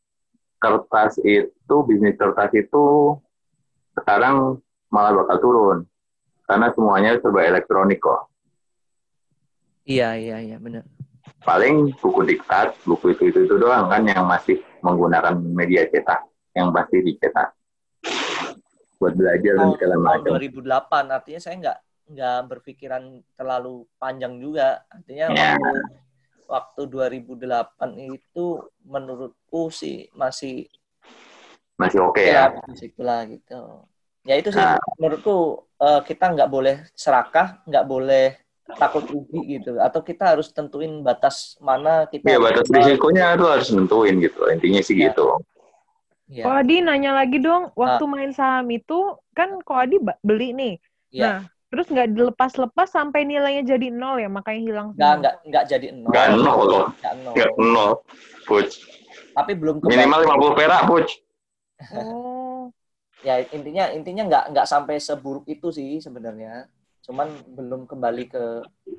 bisnis kertas itu sekarang malah bakal turun. Karena semuanya serba elektronik kok. Iya, benar. Paling buku diktat, buku itu doang kan yang masih menggunakan media cetak, yang pasti dicetak buat belajar dan segala macam. 2008, artinya saya nggak berpikiran terlalu panjang juga. Artinya waktu 2008 itu menurutku sih masih oke ya. Lah gitu. Ya itu sih menurutku kita nggak boleh serakah, nggak boleh takut rugi gitu, atau kita harus tentuin batas mana kita. Iya, batas risikonya itu harus nentuin gitu, intinya sih gitu. Ko Adi nanya lagi dong, waktu main saham itu kan Ko Adi beli nih, nah terus nggak dilepas-lepas sampai nilainya jadi 0 ya, makanya hilang semua. Nggak jadi 0. Nggak 0, Puj. Tapi belum minimal 50 perak, Puj. Oh. Ya intinya nggak sampai seburuk itu sih sebenarnya. Cuman belum kembali ke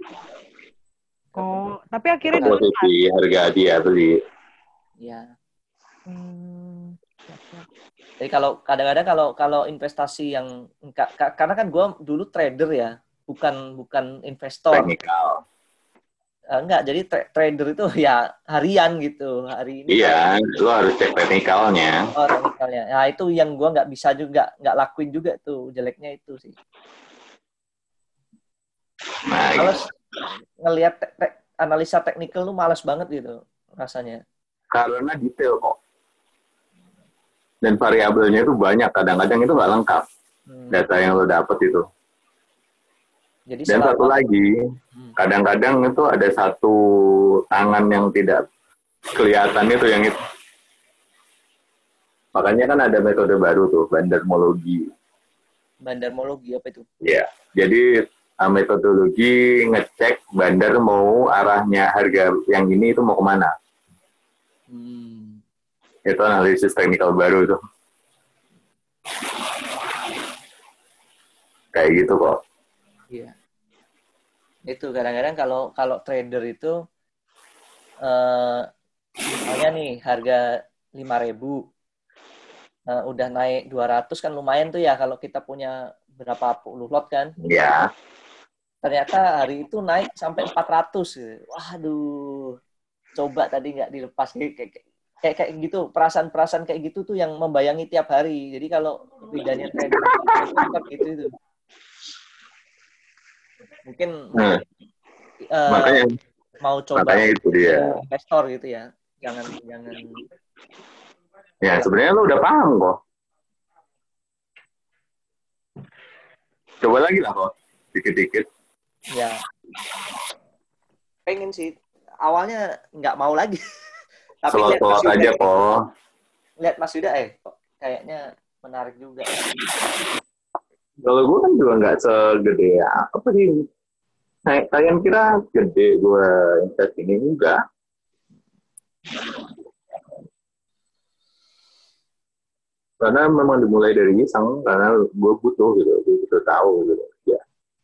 tapi akhirnya posisi harga dia beli. Iya. Jadi kalau kadang-kadang kalau investasi yang karena kan gue dulu trader ya, bukan investor. Teknikal. Enggak, jadi trader itu ya harian gitu. Hari ini. Iya, lo harus cek teknikalnya. Teknikalnya. Nah itu yang gue nggak bisa juga, nggak lakuin juga tuh, jeleknya itu sih. Males ngelihat analisa teknikal lu males banget gitu rasanya. Karena detail kok. Dan variabelnya itu banyak, kadang-kadang itu nggak lengkap data yang lo dapet itu. Jadi dan satu lagi, kadang-kadang itu ada satu tangan yang tidak kelihatan itu yang itu. Makanya kan ada metode baru tuh, bandarmologi. Bandarmologi apa itu? Iya, jadi metodologi ngecek bandar mau arahnya harga yang ini itu mau kemana. Itu analisis teknikal baru tuh. Kayak gitu kok. Iya. Itu kadang-kadang kalau trader itu misalnya nih harga 5.000 udah naik 200 kan lumayan tuh ya kalau kita punya berapa puluh lot kan. Iya. Ternyata hari itu naik sampai 400. Waduh. Coba tadi nggak dilepas kayak gitu, perasaan kayak gitu tuh yang membayangi tiap hari. Jadi kalau bedanya trader itu mungkin makanya mau coba makanya itu dia investor gitu ya, jangan ya sebenarnya lo udah paham kok, coba lagi lah kok dikit-dikit ya. Pengen sih awalnya nggak mau lagi tapi selot aja kok. Lihat Mas Yuda kayaknya menarik juga. Kalau gue kan juga nggak segede apa sih, kalian kira gede gue invest ini enggak. Karena memang dimulai dari iseng, karena gue butuh gitu, gue butuh tahu gitu ya.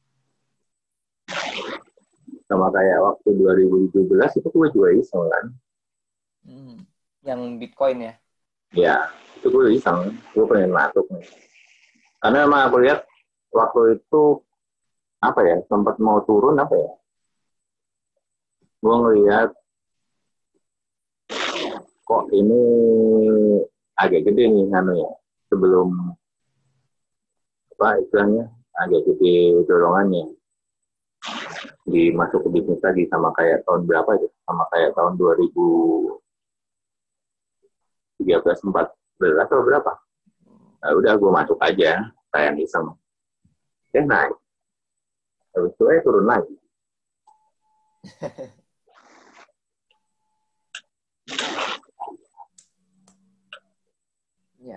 Sama kayak waktu 2017 itu gue juga iseng kan. Yang Bitcoin ya? Ya, itu gue iseng, gue pengen masuk nih. Karena emang aku lihat waktu itu apa ya, sempat mau turun apa ya. Gue ngelihat kok ini agak gede nih ya, sebelum apa istilahnya agak gede dorongannya. masuk ke bisnis lagi sama kayak tahun berapa itu? Sama kayak tahun 2013-14 atau berapa? Nah, udah gue masuk aja kayak iseng. Naik. Habis itu turun lagi. Ya.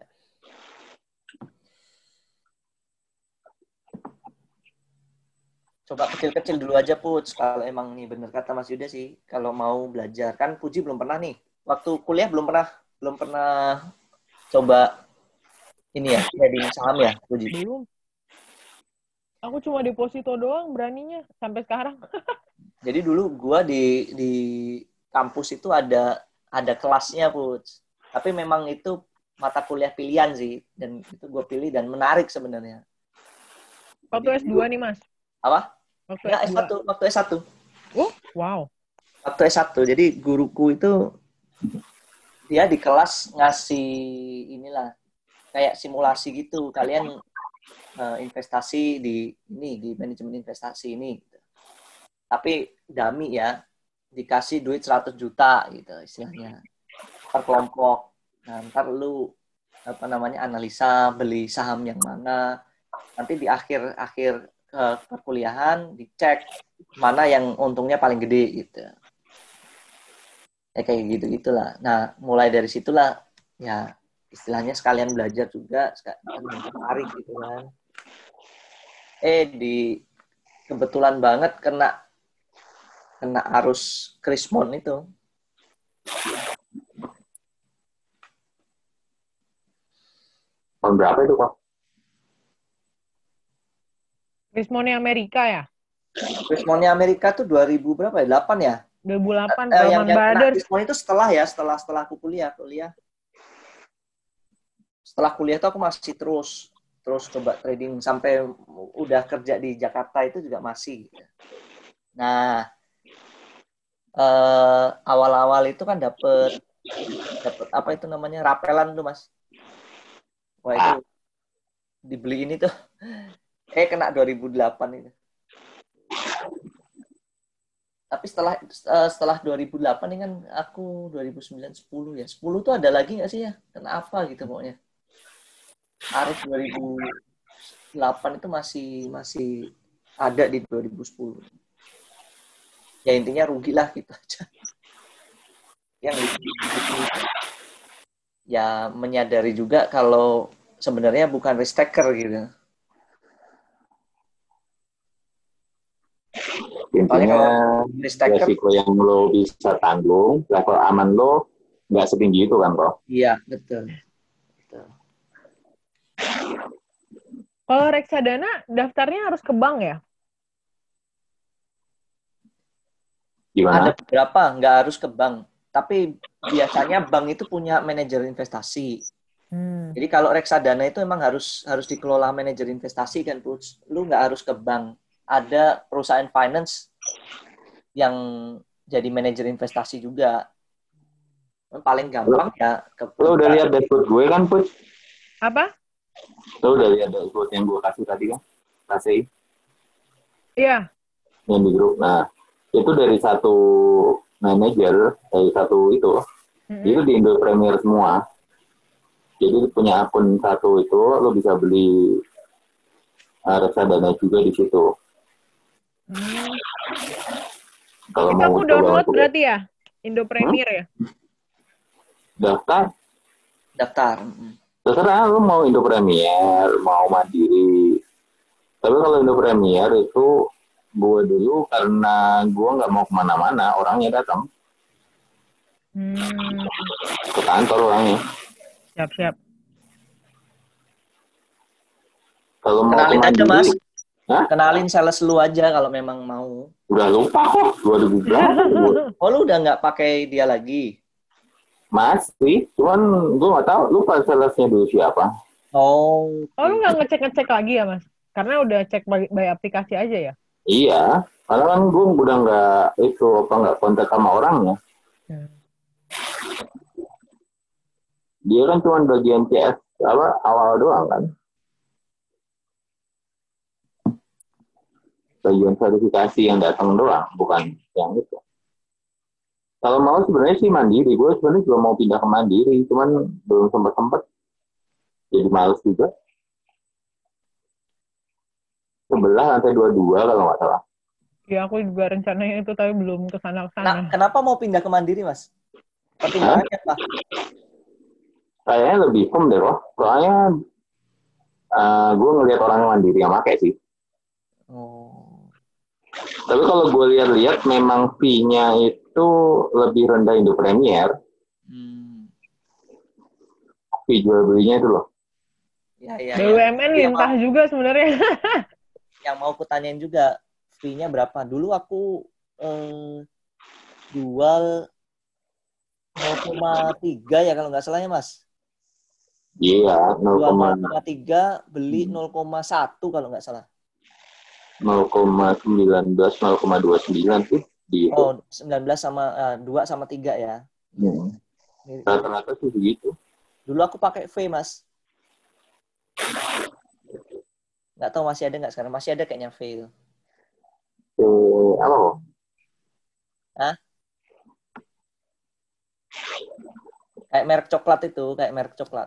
Coba kecil-kecil dulu aja, Puj. Kalau emang nih bener kata Mas Yuda sih, kalau mau belajar. Kan Puji belum pernah nih. Waktu kuliah belum pernah coba ini ya, trading saham ya, Puji? Belum. Aku cuma deposito doang beraninya sampai sekarang. Jadi dulu gua di kampus itu ada kelasnya, Puj. Tapi memang itu mata kuliah pilihan sih, dan itu gue pilih dan menarik sebenarnya. Waktu S2 nih, Mas. Apa? Waktu S2. Waktu S1. Oh, wow. Waktu S1. Jadi guruku itu dia di kelas ngasih inilah kayak simulasi gitu. Kalian investasi di manajemen investasi ini. Gitu. Tapi dummy ya, dikasih duit 100 juta gitu istilahnya per kelompok. Nah, ntar lu analisa beli saham yang mana. Nanti di akhir perkuliahan dicek mana yang untungnya paling gede gitu. Ya kayak gitu-gitulah. Nah, mulai dari situlah ya istilahnya sekalian belajar juga, menarik gitu kan. Kebetulan banget kena arus krismon itu. Tahun berapa itu, Kok? Krismonnya Amerika ya? Krismonnya Amerika tuh 2000 berapa ya? 8 ya? 2008 yang Brothers. Krismon itu setelah aku kuliah. Setelah kuliah tuh aku masih terus coba trading sampai udah kerja di Jakarta itu juga masih. Nah, awal-awal itu kan dapet apa itu namanya rapelan tuh, Mas. Wah, itu dibeli ini tuh kena 2008 itu. Tapi setelah 2008 ini kan aku 2009 10 ya. 10 tuh ada lagi nggak sih ya? Kenapa gitu pokoknya. Arus 2008 itu masih ada di 2010. Ya intinya rugi lah gitu aja. Yang ya menyadari juga kalau sebenarnya bukan risk taker gitu. Intinya resiko yang lo bisa tanggung, level aman lo nggak setinggi itu kan, Kok? Iya, betul. Kalau reksadana daftarnya harus ke bank ya? Gimana? Ada beberapa nggak harus ke bank, tapi biasanya bank itu punya manajer investasi. Jadi kalau reksadana itu emang harus dikelola manajer investasi kan, lu nggak harus ke bank. Ada perusahaan finance yang jadi manajer investasi juga. Paling gampang ya. Lo udah lihat dashboard gue kan, Put? Apa? Lo udah lihat dashboard yang gue kasih tadi kan? Kasih? Iya. Yang di grup. Nah, itu dari satu manajer, dari satu itu, itu di Indo Premier semua. Jadi punya akun satu itu, lo bisa beli reksadana juga di situ. Kalau itu mau aku download berarti ya? Indo Premier ya? Daftar. Terserah lo mau Indo Premier, mau Mandiri. Tapi kalau Indo Premier itu gue dulu karena gue nggak mau kemana-mana, orangnya datang ke kantor orangnya. Siap. Kalau mau kenalin aja, Mas. Hah? Kenalin sales lu aja kalau memang mau. Udah lupa kok 2000 berapa. Oh, lu udah nggak pakai dia lagi? Masih, cuman gue nggak tahu lupa salesnya dulu siapa. Oh, lu nggak ngecek lagi ya, Mas? Karena udah cek by aplikasi aja ya? Iya, karena kan gue udah nggak kontak sama orangnya. Dia kan cuma bagian CS awal doang kan. bagian verifikasi yang datang doang, bukan yang itu. Kalau mau sebenarnya sih mandiri, gue sebenarnya juga mau pindah ke mandiri, cuman belum sempat, jadi males juga. Sebelah lantai 22 kalau nggak salah. Ya aku juga rencananya itu tapi belum kesana. Kenapa mau pindah ke mandiri, Mas? Pertimbangannya apa? Kayaknya lebih firm deh, loh. Soalnya gue ngelihat orang yang mandiri yang pakai sih. Oh. Tapi kalau gue lihat-lihat memang fee-nya itu lebih rendah Indo Premier. Fee jual belinya itu loh. Ya. BUMN lintah juga sebenarnya. Yang mau kutanyain juga, fee-nya berapa? Dulu aku jual 0,3 ya kalau nggak salah ya, Mas? Iya, 0,3 beli 0,1 kalau nggak salah. 0,19, 0,29 sih di itu. Oh, 19 sama 2 sama 3 ya. Rata-rata sih begitu. Dulu aku pakai V, Mas. Nggak tahu masih ada nggak sekarang. Masih ada kayaknya V itu. Apa kok? Hah? Kayak merek coklat itu, kayak merek coklat.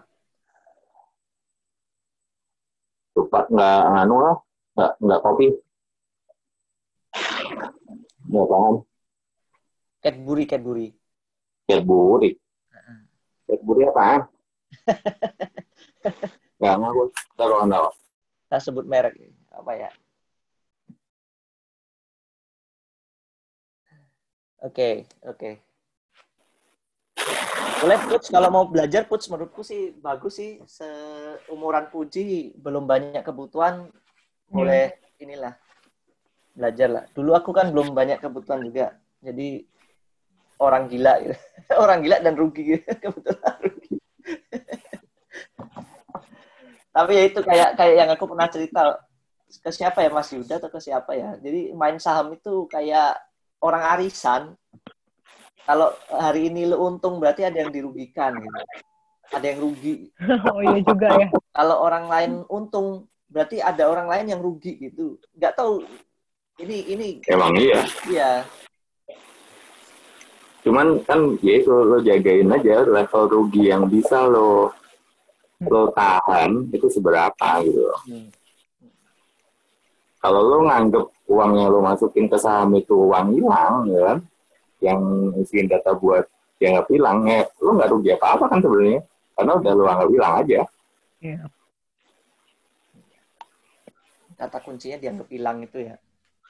Lupa, nggak nganu lah. Nggak kopi. Nggak paham. Cadbury. Cadbury apaan? Nggak ngaku. Taruh anda. Kita sebut merek. Apa ya? Oke. Boleh Puts, kalau mau belajar Puts, menurutku sih bagus sih. Seumuran Puji belum banyak kebutuhan, boleh inilah belajar lah. Dulu aku kan belum banyak kebutuhan juga, jadi orang gila gitu. Orang gila dan rugi gitu. Kebetulan rugi. Tapi ya itu kayak yang aku pernah cerita ke siapa ya, Mas Yuda atau ke siapa ya. Jadi main saham itu kayak orang arisan. Kalau hari ini lu untung berarti ada yang dirugikan gitu. Ada yang rugi. Oh iya juga ya. Kalau orang lain untung berarti ada orang lain yang rugi gitu. Nggak tahu ini. Emang iya. Iya. Cuman kan ya itu lo jagain aja level rugi yang bisa lo tahan itu seberapa gitu. Kalau lo nganggep uangnya lo masukin ke saham itu uang hilang, ya kan? Yang isiin data buat dianggap hilang, ya lo nggak rugi apa-apa kan sebenarnya, karena udah lo anggap hilang aja. Iya. Kata kuncinya dianggap hilang itu ya.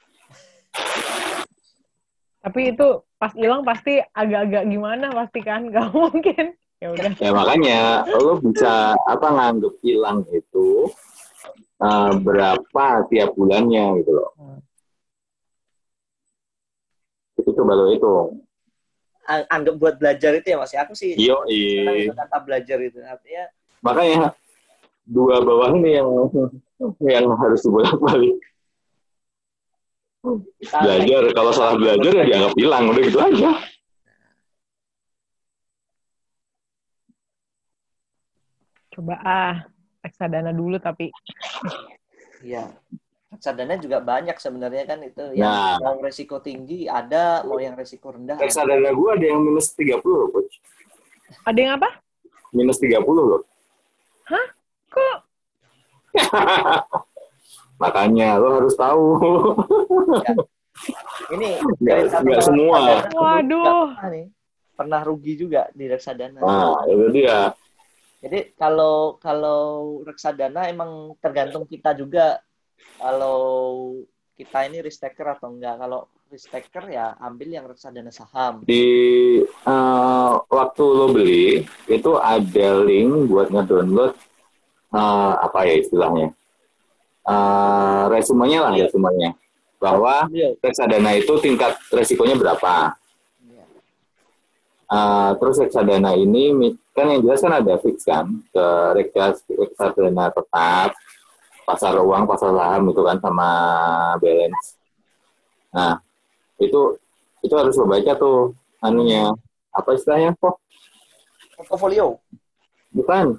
Tapi itu pas hilang pasti agak-agak gimana pasti kan, nggak mungkin. Ya udah. Ya makanya lo bisa nganggep hilang itu berapa tiap bulannya gitu loh. Itu coba lo hitung. Anggap buat belajar itu ya Mas. Aku sih senang kata belajar itu. Artinya makanya dua bawah ini yang harus dibolak-balik. Belajar, kalau salah belajar ya dianggap hilang, udah gitu aja. Coba reksadana dulu tapi. Iya. Reksadana juga banyak sebenarnya kan itu. Yang mau resiko tinggi ada, mau yang resiko rendah. Reksadana gue ada yang minus 30 loh, Coach. Ada yang apa? Minus 30 loh. Hah? Kok? Makanya lo harus tahu. Ya. Ini nggak semua. Waduh. Pernah rugi juga di reksadana. Nah, itu dia. Jadi kalau reksadana emang tergantung kita juga. Kalau kita ini risk taker atau enggak. Kalau risk taker ya ambil yang reksadana saham. Di waktu lo beli itu ada link buat ngedownload apa ya istilahnya, resumenya lah ya semuanya, bahwa reksadana itu tingkat resikonya berapa. Terus reksadana ini kan yang jelas kan ada fix kan, ke reksadana tetap, pasar uang, pasar saham itu kan, sama balance. Nah itu harus lo baca tuh anunya, apa istilahnya kok? Portofolio. Bukan.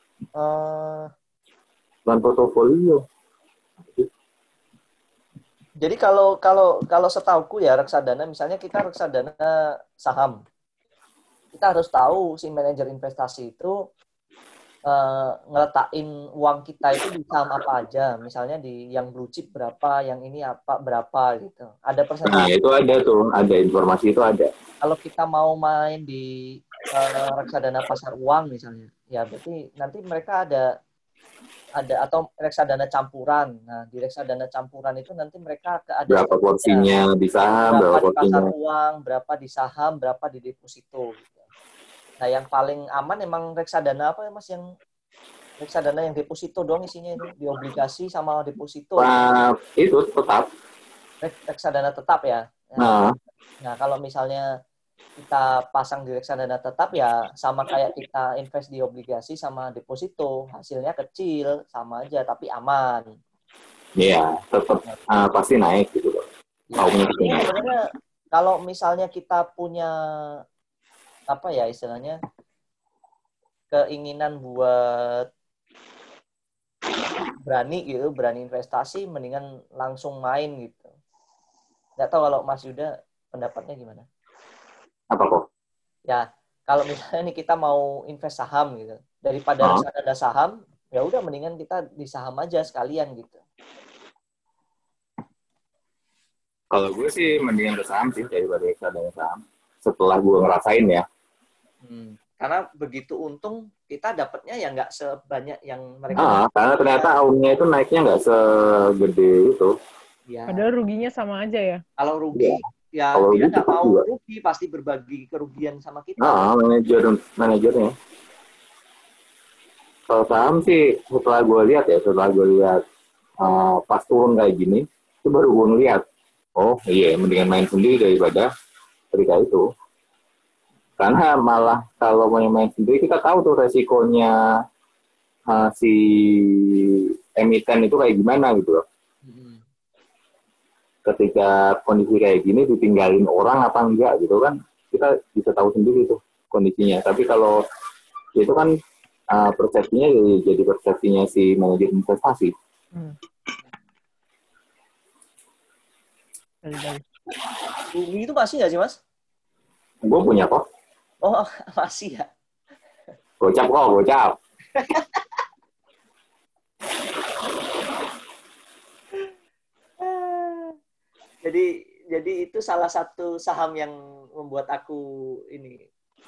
Bukan portofolio. Jadi kalau setauku ya reksadana, misalnya kita reksadana saham, kita harus tahu si manajer investasi itu ngeletakin uang kita itu di saham apa aja. Misalnya di yang blue chip berapa, yang ini apa berapa gitu. Ada Nah, persentase. itu ada tuh, ada informasi itu ada. Kalau kita mau main di reksadana pasar uang misalnya, ya berarti nanti mereka ada atau reksadana campuran. Nah, di reksadana campuran itu nanti mereka ada Berapa porsinya di saham, berapa berapa di porsinya. pasar uang, berapa di saham, berapa di deposito. Gitu. Nah, yang paling aman emang reksadana apa ya Mas? Yang reksadana yang deposito doang isinya itu, di obligasi sama deposito. Nah, itu tetap. Reksadana tetap ya. Nah, kalau misalnya kita pasang di reksadana tetap ya sama kayak kita invest di obligasi sama deposito, hasilnya kecil sama aja tapi aman. Iya, tetap pasti naik gitu loh. Ya, sebenarnya kalau misalnya kita punya apa ya istilahnya keinginan buat berani investasi, mendingan langsung main gitu. Nggak tahu kalau Mas Yuda pendapatnya gimana? Apa kok? Ya, kalau misalnya nih kita mau invest saham gitu, daripada reksadana saham, ya udah mendingan kita di saham aja sekalian gitu. Kalau gue sih mendingan ke saham sih daripada reksadana saham. Setelah gue ngerasain ya. Karena begitu untung kita dapatnya ya nggak sebanyak yang mereka. Karena ternyata aumnya itu naiknya nggak segede itu. Ya. Padahal ruginya sama aja ya. Kalau rugi, ya kalau dia nggak mau juga rugi, pasti berbagi kerugian sama kita. Manajernya. Kalau saham sih setelah gue lihat pas turun kayak gini, itu baru gue ngeliat. Oh iya, mendingan main sendiri daripada ketika itu. Karena malah kalau main sendiri kita tahu tuh resikonya si emiten itu kayak gimana gitu loh. Ketika kondisi kayak gini ditinggalin orang apa enggak gitu kan, kita bisa tahu sendiri tuh kondisinya. Tapi kalau itu kan persepsinya jadi persepsinya si manajer investasi. Bumi itu masih nggak sih Mas? Gue punya kok. Oh masih ya. Gocap. Jadi itu salah satu saham yang membuat aku ini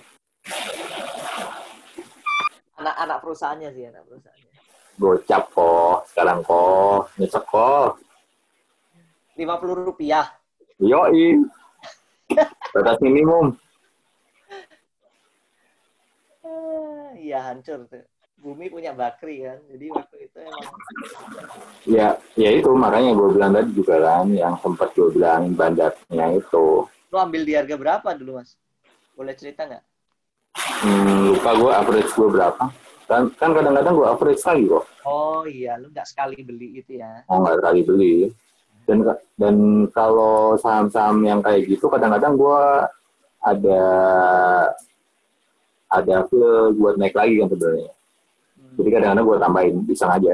anak perusahaannya sih, anak perusahaannya. Gocap kok, sekarang kok, nyesek kok. Rp50. Yoi. Batas minimum. Iya hancur tuh. Bumi punya Bakri kan, jadi waktu itu emang. Ya itu makanya gue bilang tadi juga kan, yang sempat gue bilangin bandarnya itu. Lo ambil di harga berapa dulu Mas? Boleh cerita nggak? Lupa gue average gue berapa. Kan kadang-kadang gue average lagi kok. Oh iya, lu nggak sekali beli itu ya? Oh nggak sekali beli. Dan kalau saham-saham yang kayak gitu kadang-kadang gue ada feel buat naik lagi kan sebenarnya. Jadi kadang-kadang gue tambahin pisang aja.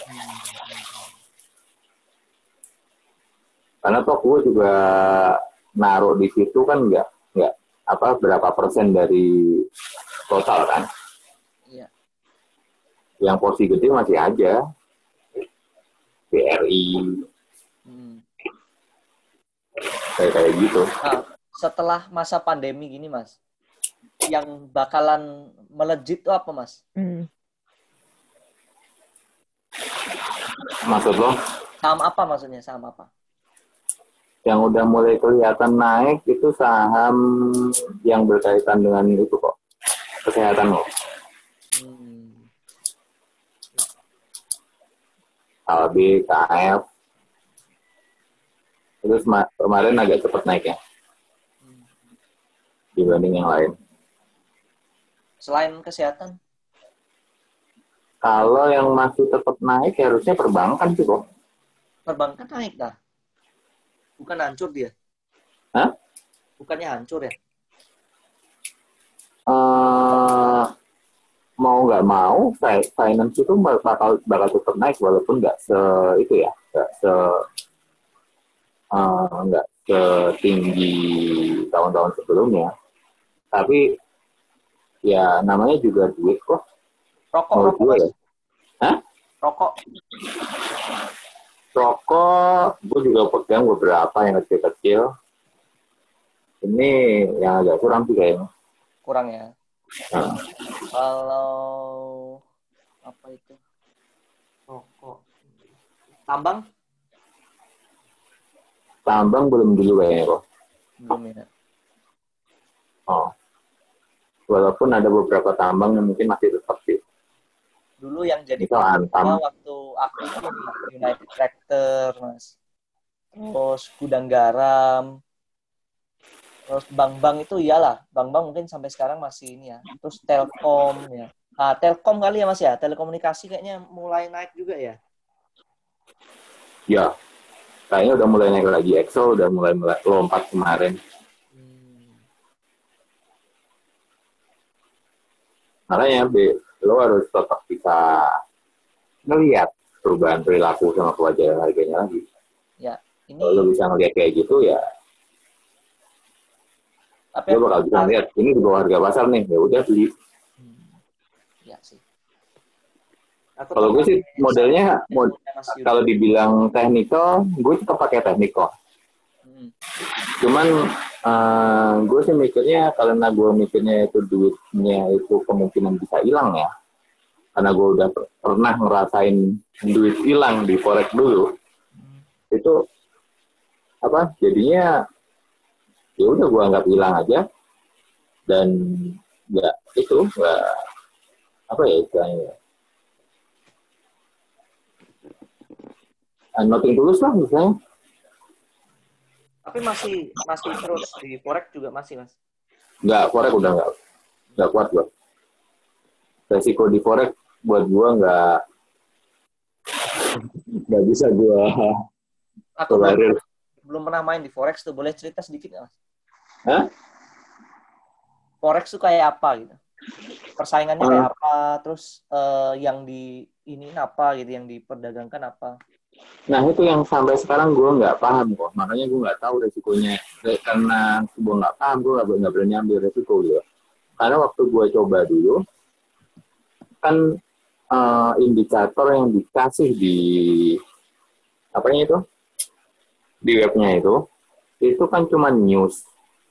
Karena toh gue juga naruh di situ kan nggak berapa persen dari total kan. Iya. Yang porsi gede masih ada. BRI. Kayak gitu. Nah, setelah masa pandemi gini Mas, yang bakalan melejit itu apa Mas? Maksud lo? Saham apa maksudnya? Saham apa? Yang udah mulai kelihatan naik itu saham yang berkaitan dengan itu kok. Kesehatan lo. Albi, KF. Itu kemarin agak cepat naik ya. Dibanding yang lain. Selain kesehatan? Kalau yang masih tetap naik harusnya perbankan sih kok. Perbankan naik dah. Bukan hancur dia? Hah? Bukannya hancur ya? Mau nggak mau, finance itu bakal tetap naik walaupun nggak nggak setinggi tahun-tahun sebelumnya. Tapi ya namanya juga duit kok. Rokok gue ya. Hah? Rokok. Rokok, gue juga pegang beberapa yang kecil-kecil. Ini yang agak kurang sih kayaknya. Kurang ya. Kalau apa itu? Rokok. Tambang belum dulu kayaknya kok. Belum ya. Walaupun ada beberapa tambang yang mungkin masih tetap sih. Dulu yang jadi Antam. waktu aku itu United Tractor, Mas. Terus Gudang Garam. Terus bank-bank itu iyalah. Bank-bank mungkin sampai sekarang masih ini ya. Terus Telkom ya. Telkom kali ya Mas ya. Telekomunikasi kayaknya mulai naik juga ya. Ya. Kayaknya udah mulai naik lagi. Excel udah mulai lompat kemarin. Makanya lo harus tetap bisa ngelihat perubahan perilaku sama kewajaran harganya lagi. Ya, ini kalau lo bisa ngelihat kayak gitu ya, lo bakal bisa ngelihat ini di bawah harga pasar nih, ya udah beli. Ya sih. Kalau gue sih modelnya, kalau dibilang teknikal, gue tetap pakai teknikal. Cuman gue sih mikirnya, karena gue mikirnya itu duitnya itu kemungkinan bisa hilang ya. Karena gue udah pernah ngerasain duit hilang di forex dulu. Itu apa? Jadinya ya udah gue anggap hilang aja. Dan nggak apa ya istilahnya. Nothing tulus lah misalnya. Tapi masih terus di forex juga masih, Mas? Nggak, forex udah nggak kuat gue. Resiko di forex buat gue nggak bisa gue. Aku belum pernah main di forex tuh. Boleh cerita sedikit nggak, Mas? Hah? Forex tuh kayak apa gitu? Persaingannya kayak apa? Terus yang di ini apa gitu? Yang diperdagangkan apa? Nah itu yang sampai sekarang gue nggak paham kok, makanya gue nggak tahu resikonya. Karena gue nggak paham, gue nggak berani ambil resiko gitu. Karena waktu gue coba dulu, kan indikator yang dikasih di apanya itu, di webnya itu kan cuma news.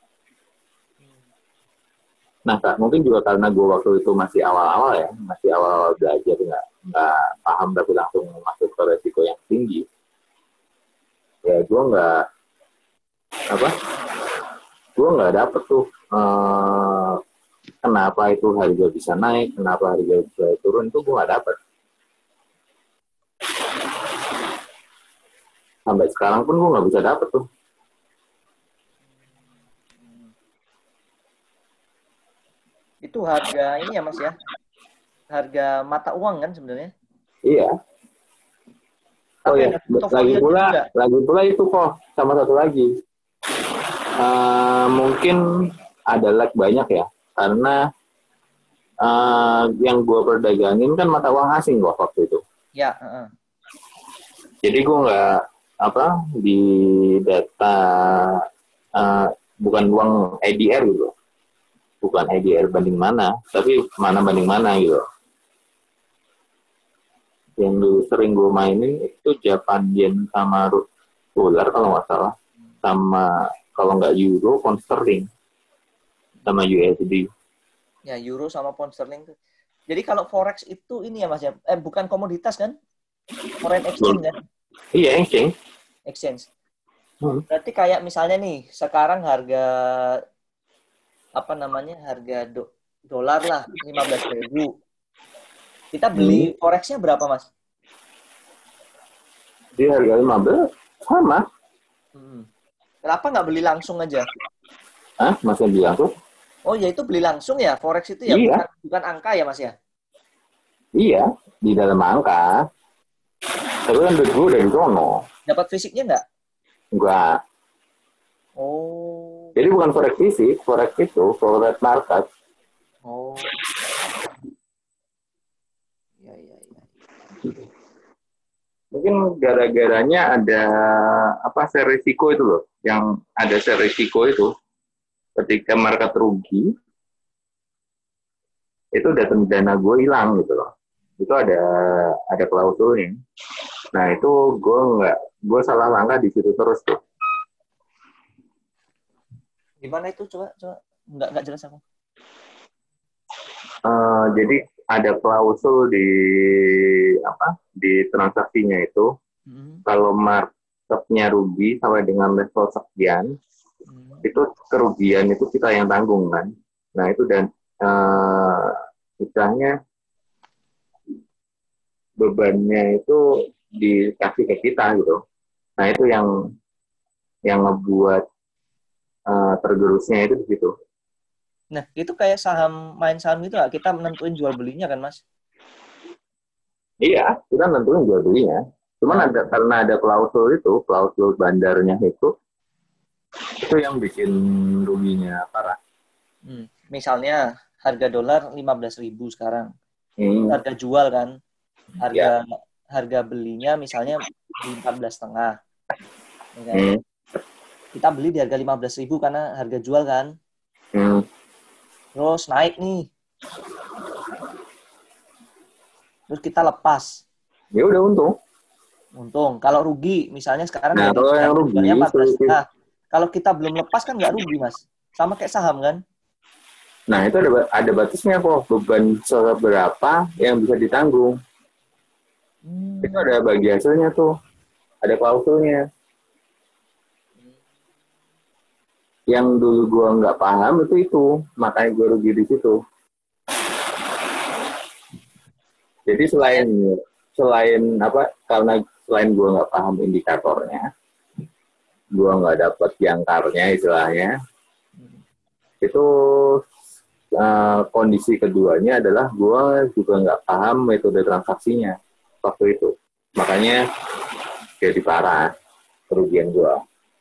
Nah Kak, mungkin juga karena gue waktu itu masih awal-awal ya, masih awal-awal belajar, nggak paham tapi langsung masuk ke resiko yang tinggi. Ya gue nggak dapet tuh kenapa itu harga bisa naik, kenapa harga bisa turun, itu gue nggak dapet. Sampai sekarang pun gue nggak bisa dapet tuh. Itu harga ini ya Mas ya? Harga mata uang kan sebenarnya? Iya. Oh ya, lagi pula itu kok sama satu lagi. Mungkin ada lag banyak ya, karena yang gue perdagangin kan mata uang asing kok waktu itu. Ya. Jadi gue nggak di data bukan uang ADR gitu, bukan ADR banding mana, tapi mana banding mana gitu. Yang dulu sering gue mainin itu Japan Yen sama dolar kalau nggak salah, sama kalau nggak euro, pound sterling, sama USD. Ya, euro sama pound sterling tuh. Jadi kalau forex itu ini ya Mas ya, bukan komoditas kan? Foreign exchange kan? Iya, exchange. Berarti kayak misalnya nih, sekarang harga harga dolar lah 15.000. Kita beli forexnya berapa, Mas? Di harga 15 sama. Kenapa nggak beli langsung aja? Masnya beli langsung? Oh ya, itu beli langsung ya, forex itu ya? Iya. Bukan angka ya, Mas ya? Iya, di dalam angka. Tapi kan duit gue udah di sono. Dapat fisiknya nggak? Enggak. Oh. Jadi bukan forex fisik, forex itu forex market. Oh. Ya. Mungkin gara-garanya ada share risiko itu loh. Yang ada share risiko itu ketika market rugi itu dana gue hilang gitu loh. Itu ada klausulnya. Nah itu gue salah langkah di situ terus tuh. Gimana itu? Coba nggak jelas aku. Jadi ada klausul di transaksinya itu. Kalau marketnya rugi sampai dengan level sekian, itu kerugian itu kita yang tanggung kan. Nah itu dan istilahnya bebannya itu dikasih ke kita gitu. Nah itu yang ngebuat tergerusnya itu di situ. Nah itu kayak main saham gitu lah. Kita menentuin jual belinya kan Mas? Iya, kita nentuin jual belinya. Cuman karena ada klausul bandarnya itu yang bikin ruginya parah. Misalnya harga dolar 15.000 sekarang. Harga jual kan. Harga belinya misalnya di 14,5. Ya kan? Kita beli di harga 15.000 karena harga jual kan. Terus naik nih. Terus kita lepas. Ya udah untung. Kalau rugi, misalnya sekarang kalau yang rugi 14,5. Kalau kita belum lepas kan nggak rugi Mas. Sama kayak saham kan. Nah itu ada batasnya kok. Beban seberapa yang bisa ditanggung. Itu ada bagi hasilnya tuh. Ada klausulnya. Yang dulu gue nggak paham itu. Makanya gue rugi di situ. Jadi karena selain gue nggak paham indikatornya, gue nggak dapet jangkarnya istilahnya, itu kondisi keduanya adalah gue juga nggak paham metode transaksinya waktu itu, makanya jadi parah kerugian gue.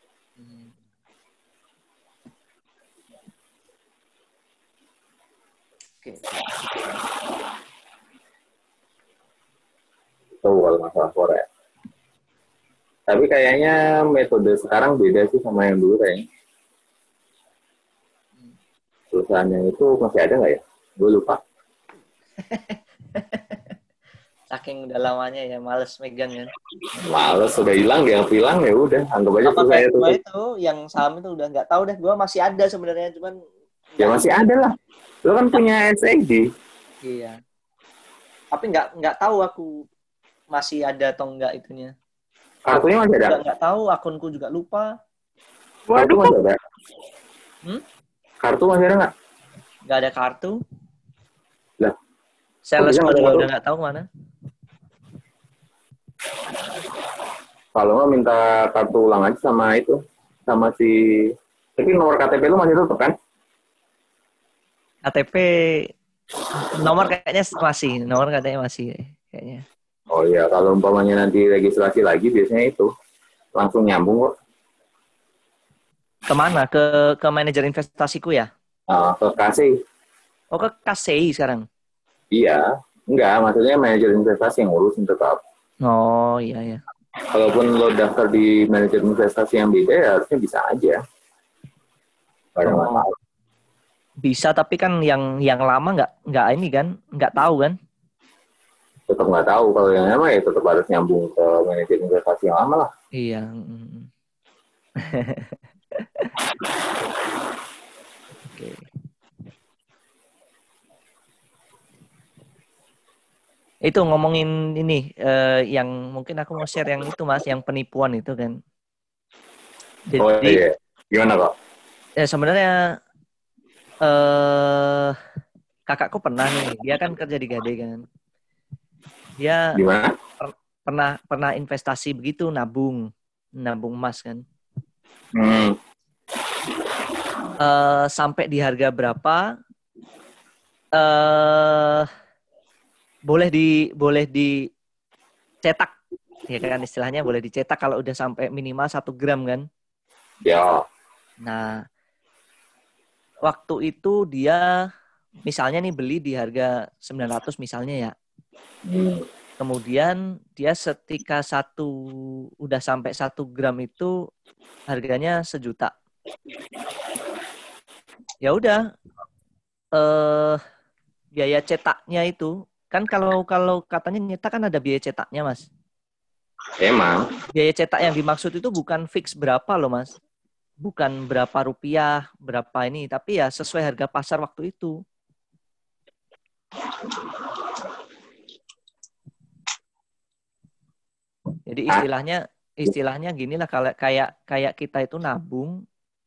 Itu kalau masalah forex. Tapi kayaknya metode sekarang beda sih sama yang dulu kayaknya. Perusahaannya itu masih ada nggak ya? Gue lupa. Saking udah lamanya ya, males megang kan. Males, sudah hilang ya udah. Anggap aja perusahaan itu yang saham itu udah nggak tahu deh. Gue masih ada sebenarnya, cuman ya masih ada lah. Lo kan punya SID. Iya. Tapi nggak tahu aku masih ada atau enggak itunya. Kartunya masih ada? Nggak tahu, akunku juga lupa. Kartu masih ada? Kartu masih ada nggak? Nggak ada kartu. Lah. Salesku juga udah nggak tahu mana. Kalau nggak minta kartu ulang aja sama itu. Sama tapi nomor KTP lu masih tetap kan? KTP nomor katanya masih kayaknya. Oh iya, kalau umpamanya nanti registrasi lagi biasanya itu langsung nyambung kok. Kemana? Ke manajer investasiku ya? Ke KSEI. Oh, ke KSEI sekarang? Iya, enggak, maksudnya manajer investasi yang ngurusin tetap. Oh iya. Kalaupun lo daftar di manajer investasi yang beda ya harusnya bisa aja. Bisa, tapi kan yang lama nggak ini kan, nggak tahu kan? Tetap nggak tahu, kalau yang lama ya tetap harus nyambung ke manajer investasi yang lama lah. Iya. Oke. Itu ngomongin ini yang mungkin aku mau share yang itu Mas, yang penipuan itu kan. Jadi, iya. Gimana kok? Ya sebenarnya kakakku pernah nih, dia kan kerja di Gade kan. Dia Gimana? pernah investasi begitu, nabung emas kan. Sampai di harga berapa? Boleh dicetak, ya kan istilahnya boleh dicetak kalau udah sampai minimal 1 gram kan. Ya. Nah, waktu itu dia misalnya nih beli di harga 900 misalnya ya. Kemudian dia setika udah sampai 1 gram itu harganya 1 juta. Ya udah, biaya cetaknya itu kan kalau katanya nyetak kan ada biaya cetaknya, Mas. Emang. Biaya cetak yang dimaksud itu bukan fix berapa loh, Mas. Bukan berapa rupiah, berapa ini, tapi ya sesuai harga pasar waktu itu. Jadi istilahnya gini lah, kalau kayak kita itu nabung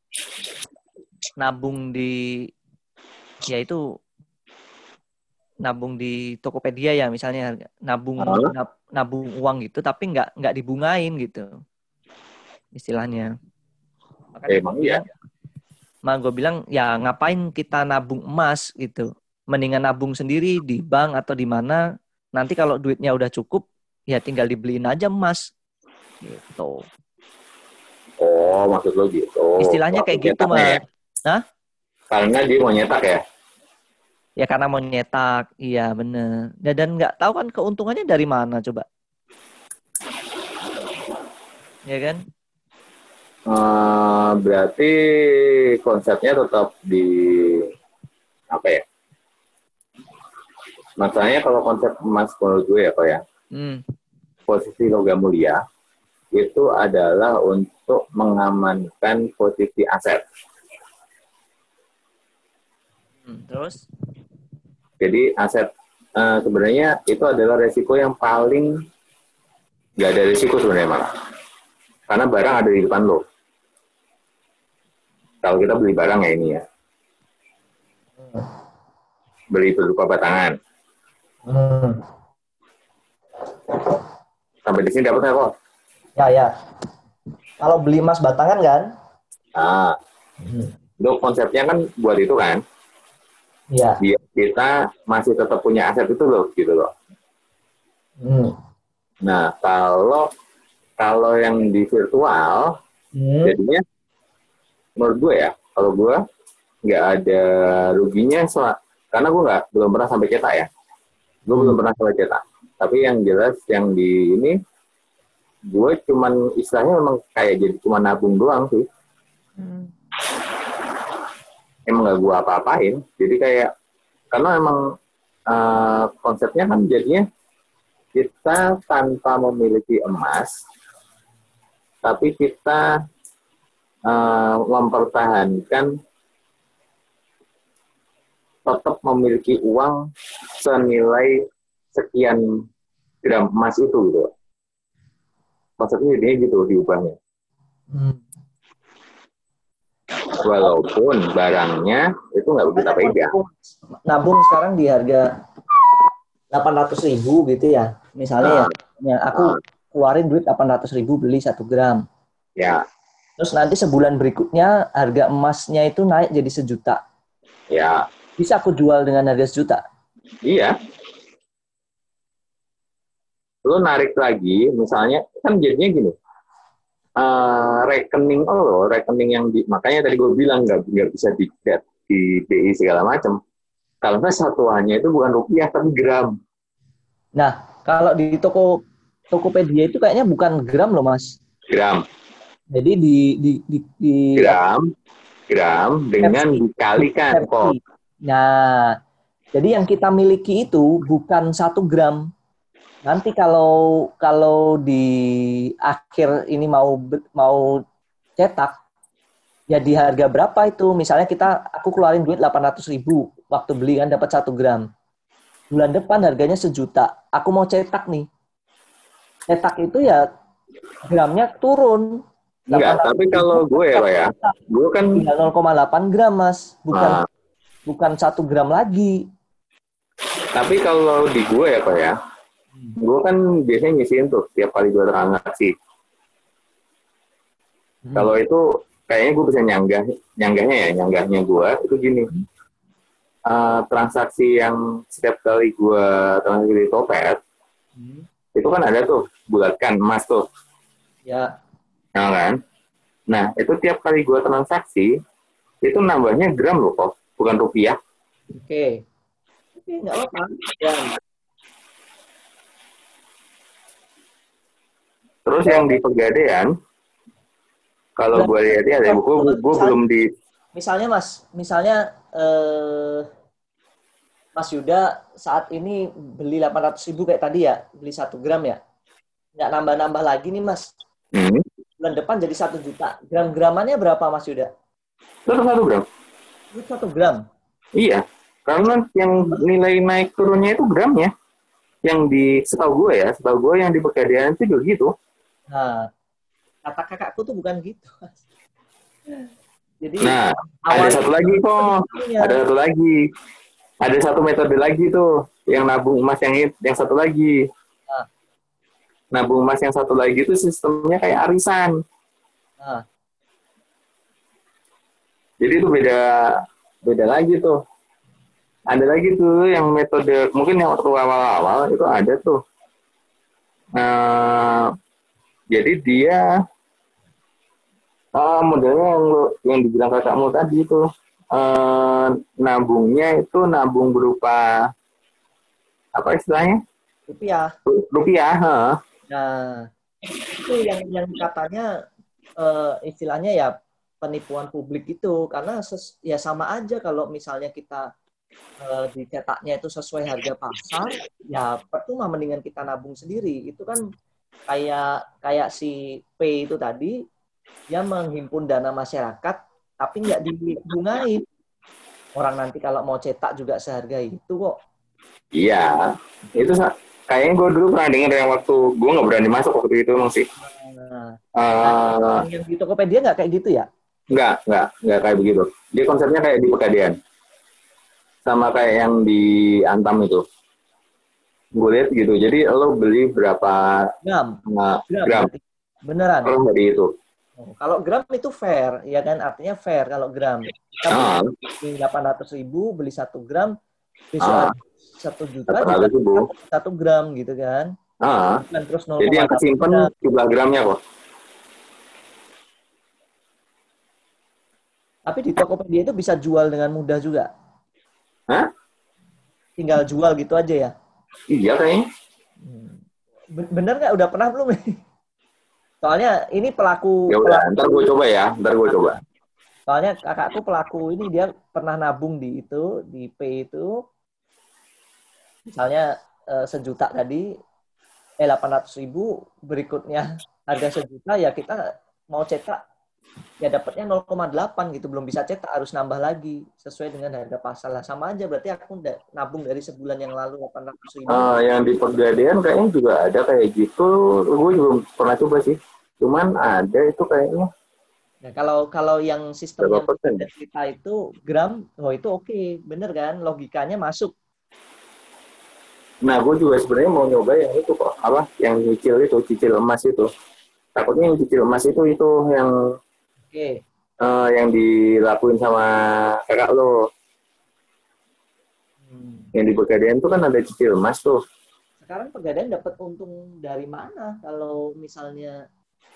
di Tokopedia ya misalnya, nabung uang gitu, tapi nggak dibungain gitu istilahnya. Makanya gue bilang ya ngapain kita nabung emas gitu, mendingan nabung sendiri di bank atau di mana, nanti kalau duitnya udah cukup ya tinggal dibeliin aja emas gitu. Oh, maksud lo gitu. Istilahnya kayak gitu, Mas. Hah? Karena dia mau nyetak ya? Ya karena mau nyetak, iya bener. Dan nggak tahu kan keuntungannya dari mana coba. Ya kan? Berarti konsepnya tetap di apa ya? Masalahnya kalau konsep emas menurut gue ya Pak ya, posisi logam mulia itu adalah untuk mengamankan posisi aset. Terus? Jadi aset sebenarnya itu adalah resiko yang paling nggak ada risiko sebenarnya malah. Karena barang ada di depan lo. Kalau kita beli barang ya ini ya. Beli berupa batangan. Sampai di sini dapat nggak kok? Ya. Kalau beli emas batangan kan? Itu konsepnya kan buat itu kan? Iya. Biar kita masih tetap punya aset itu loh, gitu loh. Nah, kalau yang di virtual, jadinya menurut gue ya, kalau gue nggak ada ruginya, karena gue belum pernah sampai cetak ya. Gue belum pernah sampai cetak. Tapi yang jelas yang di ini, gue cuman istilahnya memang kayak jadi cuma nabung doang sih. Emang gak gue apa-apain. Jadi kayak, karena emang konsepnya kan jadinya kita tanpa memiliki emas, tapi kita mempertahankan tetap memiliki uang senilai sekian gram emas itu gitu. Maksudnya jadinya gitu diubahnya. Walaupun barangnya itu nggak begitu pegang. Nabung sekarang di harga 800.000 gitu ya. Misalnya ya aku keluarin duit 800.000 beli 1 gram. Ya. Terus nanti sebulan berikutnya harga emasnya itu naik jadi 1 juta. Ya. Bisa aku jual dengan harga 1 juta? Iya. Lo narik lagi, misalnya kan jadinya gini. Rekening yang makanya tadi gue bilang nggak bisa di BI segala macam. Kalau nggak satuannya itu bukan rupiah tapi gram. Nah, kalau di Tokopedia itu kayaknya bukan gram loh, Mas. Gram. Jadi di gram dengan dikalikan kok. Nah, jadi yang kita miliki itu bukan 1 gram. Nanti kalau di akhir ini mau cetak, ya di harga berapa itu? Misalnya aku keluarin duit 800.000 waktu beli kan dapat 1 gram. Bulan depan harganya 1 juta. Aku mau cetak nih. Cetak itu ya gramnya turun. Enggak, tapi kalau gue ya, gue kan 0,8 gram, Mas. Bukan 1 gram lagi. Tapi kalau di gue ya, Pak ya, gue kan biasanya ngisiin tuh tiap kali gue transaksi. Kalau itu kayaknya gue bisa nyanggahnya gue itu gini. Transaksi yang setiap kali gue transaksi di Topet, itu kan ada tuh bulatkan emas tuh. Ya. Nah kan? Nah itu tiap kali gue transaksi itu nambahnya gram loh kok, bukan rupiah. Oke, nggak apa-apa. Ya. Terus yang di Pegadaian, kalau gue lihat ya, gue belum di... Misalnya Mas Mas Yuda saat ini beli 800.000 kayak tadi ya, beli 1 gram ya. Nggak nambah-nambah lagi nih Mas. Bulan depan jadi 1 juta. Gram-gramannya berapa Mas Yuda? Tetap 1 gram. 1 gram? Iya, karena yang nilai naik turunnya itu gramnya. Yang setahu gue yang di Pegadaian itu juga gitu. Nah, kata kakakku tuh bukan gitu. Jadi, nah, ada satu lagi kok. Ada satu lagi. Ada satu metode lagi tuh, yang nabung emas yang satu lagi. Nah. Nabung emas yang satu lagi itu sistemnya kayak arisan. Nah. Jadi itu beda lagi tuh. Ada lagi tuh yang metode, mungkin yang waktu awal-awal itu ada tuh. Jadi dia modelnya yang dibilang kakakmu tadi itu nabungnya itu nabung berupa apa istilahnya? Rupiah. Nah, itu yang katanya istilahnya ya penipuan publik itu, karena ya sama aja kalau misalnya kita dicetaknya itu sesuai harga pasar, ya percuma, mendingan kita nabung sendiri. Itu kan kayak si P itu tadi, dia menghimpun dana masyarakat tapi nggak dibungain. Orang nanti kalau mau cetak juga seharga itu kok. Iya, itu kayaknya gue dulu pernah dengar yang waktu gue nggak berani masuk waktu itu sih. Yang di Tokopedia nggak kayak gitu ya? Nggak kayak begitu. Dia konsepnya kayak di Pegadaian. Sama kayak yang di Antam itu. Gue lihat gitu. Jadi lo beli berapa gram? Beneran? Kalau dari itu. Kalau gram itu fair, ya kan? Artinya fair kalau gram. Kita beli 800.000, beli 1 gram, besok 1 juta, 1 gram gitu kan? Dan terus 0, jadi yang kesimpan jumlah gramnya kok. Tapi di Tokopedia itu bisa jual dengan mudah juga. Hah? Tinggal jual gitu aja ya? Iya kayaknya. Bener nggak? Udah pernah belum? Soalnya ini pelaku... Ya udah, ntar gue coba. Soalnya kakakku pelaku ini, dia pernah nabung di P itu. Misalnya 1 juta tadi, 800.000, berikutnya harga 1 juta, ya kita mau cetak, ya dapatnya 0,8 gitu, belum bisa cetak, harus nambah lagi sesuai dengan harga pasar lah. Sama aja, berarti aku nabung dari sebulan yang lalu 800.000. Yang di Pegadaian kayaknya juga ada kayak gitu. Gue juga pernah coba sih, cuman ada itu kayaknya. Nah, kalau yang sistem yang kita itu gram, itu oke, bener kan, logikanya masuk. Nah, gue juga sebenarnya mau nyoba yang itu kok, yang cicil emas itu. Takutnya yang cicil emas itu yang yang dilakuin sama kakak lo. Yang di Pegadaian tuh kan ada cicil emas tuh. Sekarang Pegadaian dapat untung dari mana kalau misalnya?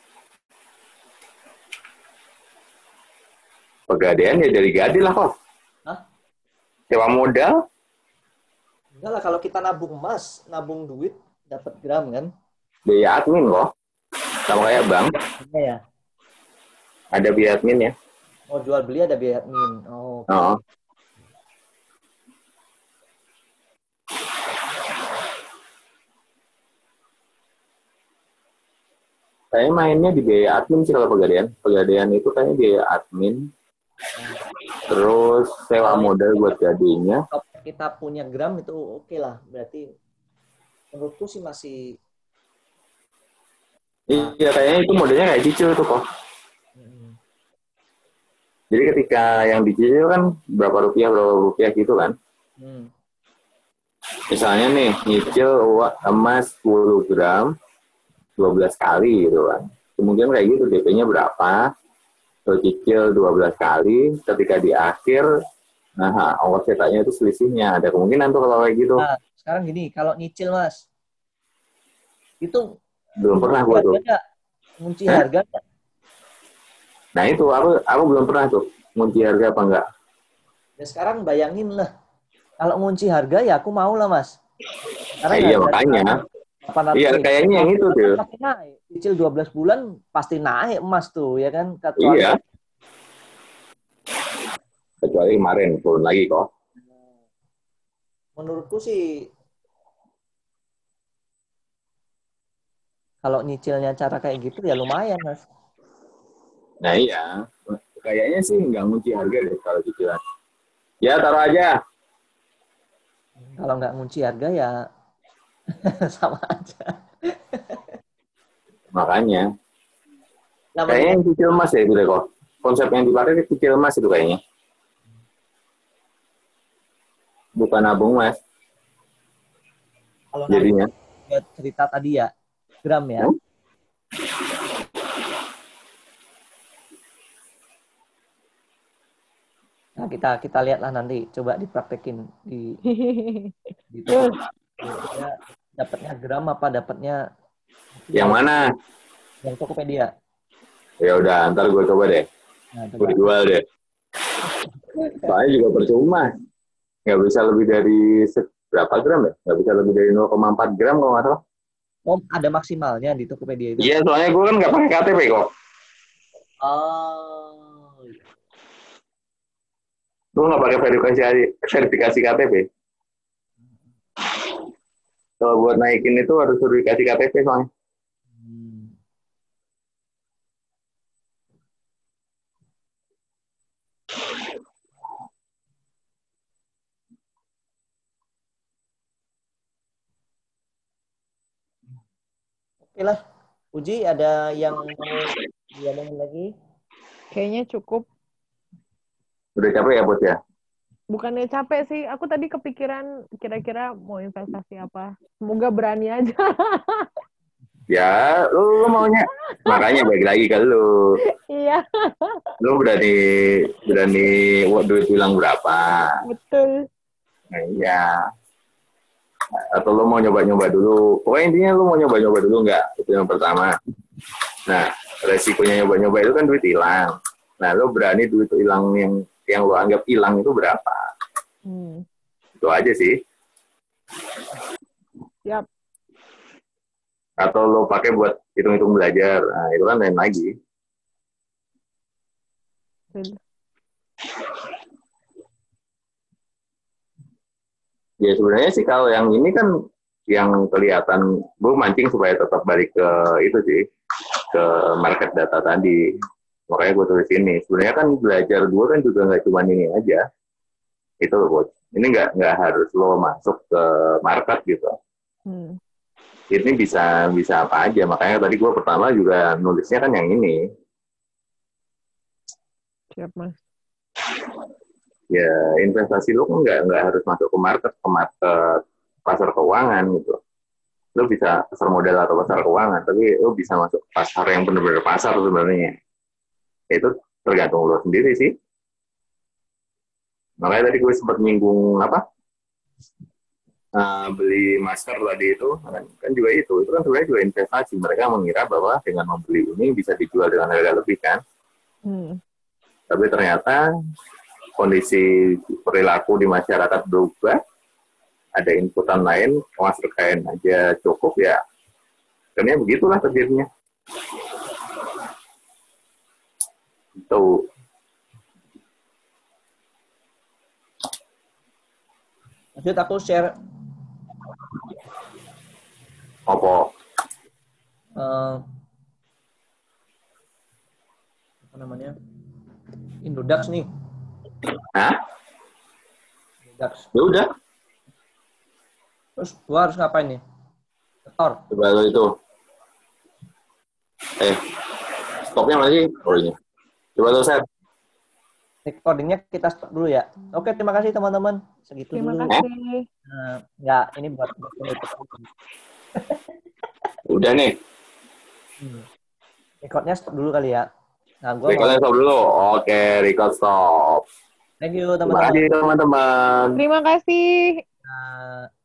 Pegadaian ya dari Gadil lah kok. Hah? Sewa modal? Enggak lah, kalau kita nabung emas, nabung duit, dapat gram kan? Biaya admin kok. Sama kayak bank. Ya. Ada biaya admin ya. Oh, jual beli ada biaya admin. Oh. Kayaknya mainnya di biaya admin sih kalau Pegadaian. Pegadaian itu kayaknya biaya admin. Terus sewa modal buat jadinya. Kalau kita punya gram itu oke lah. Berarti menurutku sih masih... Iya, kayaknya itu modelnya kayak cicil tuh kok. Jadi ketika yang dicicil kan berapa rupiah gitu kan. Misalnya nih, nyicil emas 10 gram, 12 kali gitu kan. Kemudian kayak gitu, DP-nya berapa, terus cicil 12 kali, ketika di akhir, ongkos cetaknya itu selisihnya. Ada kemungkinan tuh kalau kayak gitu. Nah, sekarang gini, kalau nyicil Mas, itu belum pernah gue tuh. Ngunci harga gak? Nah itu, aku belum pernah tuh, ngunci harga apa enggak. Ya sekarang bayangin lah, kalau ngunci harga ya aku mau lah Mas. Iya makanya. Iya, kayaknya yang itu tuh. Pasti naik. Cicil 12 bulan pasti naik emas tuh, ya kan? Iya. Kecuali kemarin turun lagi kok. Menurutku sih kalau nyicilnya cara kayak gitu ya lumayan, Mas. Nah iya, kayaknya sih nggak ngunci harga deh kalau cicilan. Ya taruh aja. Kalau nggak ngunci harga ya sama aja. Makanya. Nah, Kayaknya yang cicil emas ya itu deh kok. Konsep yang dipakai cicil emas itu kayaknya. Bukan nabung mas. kalau Jadinya. Ya, cerita tadi ya, gram ya. Nah, kita lihatlah nanti, coba dipraktekin di ya, dapatnya gram apa dapatnya yang mana? Yang Tokopedia. Ya udah, ntar gue coba deh. Nah, gue jual deh. Soalnya juga percuma. Nggak bisa lebih dari berapa gram ya? Nggak bisa lebih dari 0,4 gram kalau nggak salah. Oh, ada maksimalnya di Tokopedia itu? Iya, soalnya gue kan nggak pakai KTP kok. Oh. Gue nggak pakai verifikasi KTP. Kalau buat naikin itu harus verifikasi KTP soalnya. Oke lah. Uji, ada yang mau diomongin lagi? Kayaknya cukup. Udah capek ya, Bos ya? Bukannya capek sih. Aku tadi kepikiran kira-kira mau investasi apa. Semoga berani aja. Ya, lu maunya. Makanya balik lagi ke lu. Iya. Lu berani duit bilang berapa? Betul. Nah, iya. Atau lu mau nyoba-nyoba dulu. Pokoknya intinya lu mau nyoba-nyoba dulu nggak? Itu yang pertama. Nah, resikonya nyoba-nyoba itu kan duit hilang. Nah, lu berani duit hilang yang lu anggap hilang itu berapa? Itu aja sih. Yap. Atau lu pakai buat hitung-hitung belajar. Nah, itu kan lain lagi. Ya sebenarnya sih kalau yang ini kan yang kelihatan, gue mancing supaya tetap balik ke itu sih, ke market data tadi. Makanya gue tulis ini. Sebenarnya kan belajar gue kan juga nggak cuma ini aja. Itu loh, Bos. Ini nggak harus lo masuk ke market gitu. Ini bisa apa aja. Makanya tadi gue pertama juga nulisnya kan yang ini. Siap, Mas. Ya investasi lo kan nggak harus masuk ke market, pasar keuangan gitu. Lo bisa pasar modal atau pasar keuangan, tapi lo bisa masuk pasar yang benar-benar pasar sebenarnya. Itu tergantung lo sendiri sih. Makanya tadi gue sempat nyinggung beli masker tadi itu kan juga itu kan sebenarnya juga investasi. Mereka mengira bahwa dengan membeli ini bisa dijual dengan harga lebih kan. Tapi ternyata kondisi perilaku di masyarakat berubah, ada inputan lain, masker kain aja cukup ya. Karena begitulah terjadinya. Itu. Maksud aku share apa namanya? Indodax nih. Hah? Indodax. Ya udah. Terus gua harus ngapain nih? Setor. Coba lo itu. Stopnya mana sih? Oh ini. Coba lo set. Recordingnya kita stop dulu ya. Oke, terima kasih teman-teman. Segitu terima dulu. Kasih. Enggak, ini buat penutup. Udah nih. Recordnya stop dulu kali ya. Nah, Recordnya stop dulu. Oke, record stop. Thank you teman-teman. Terima kasih teman-teman. Terima kasih.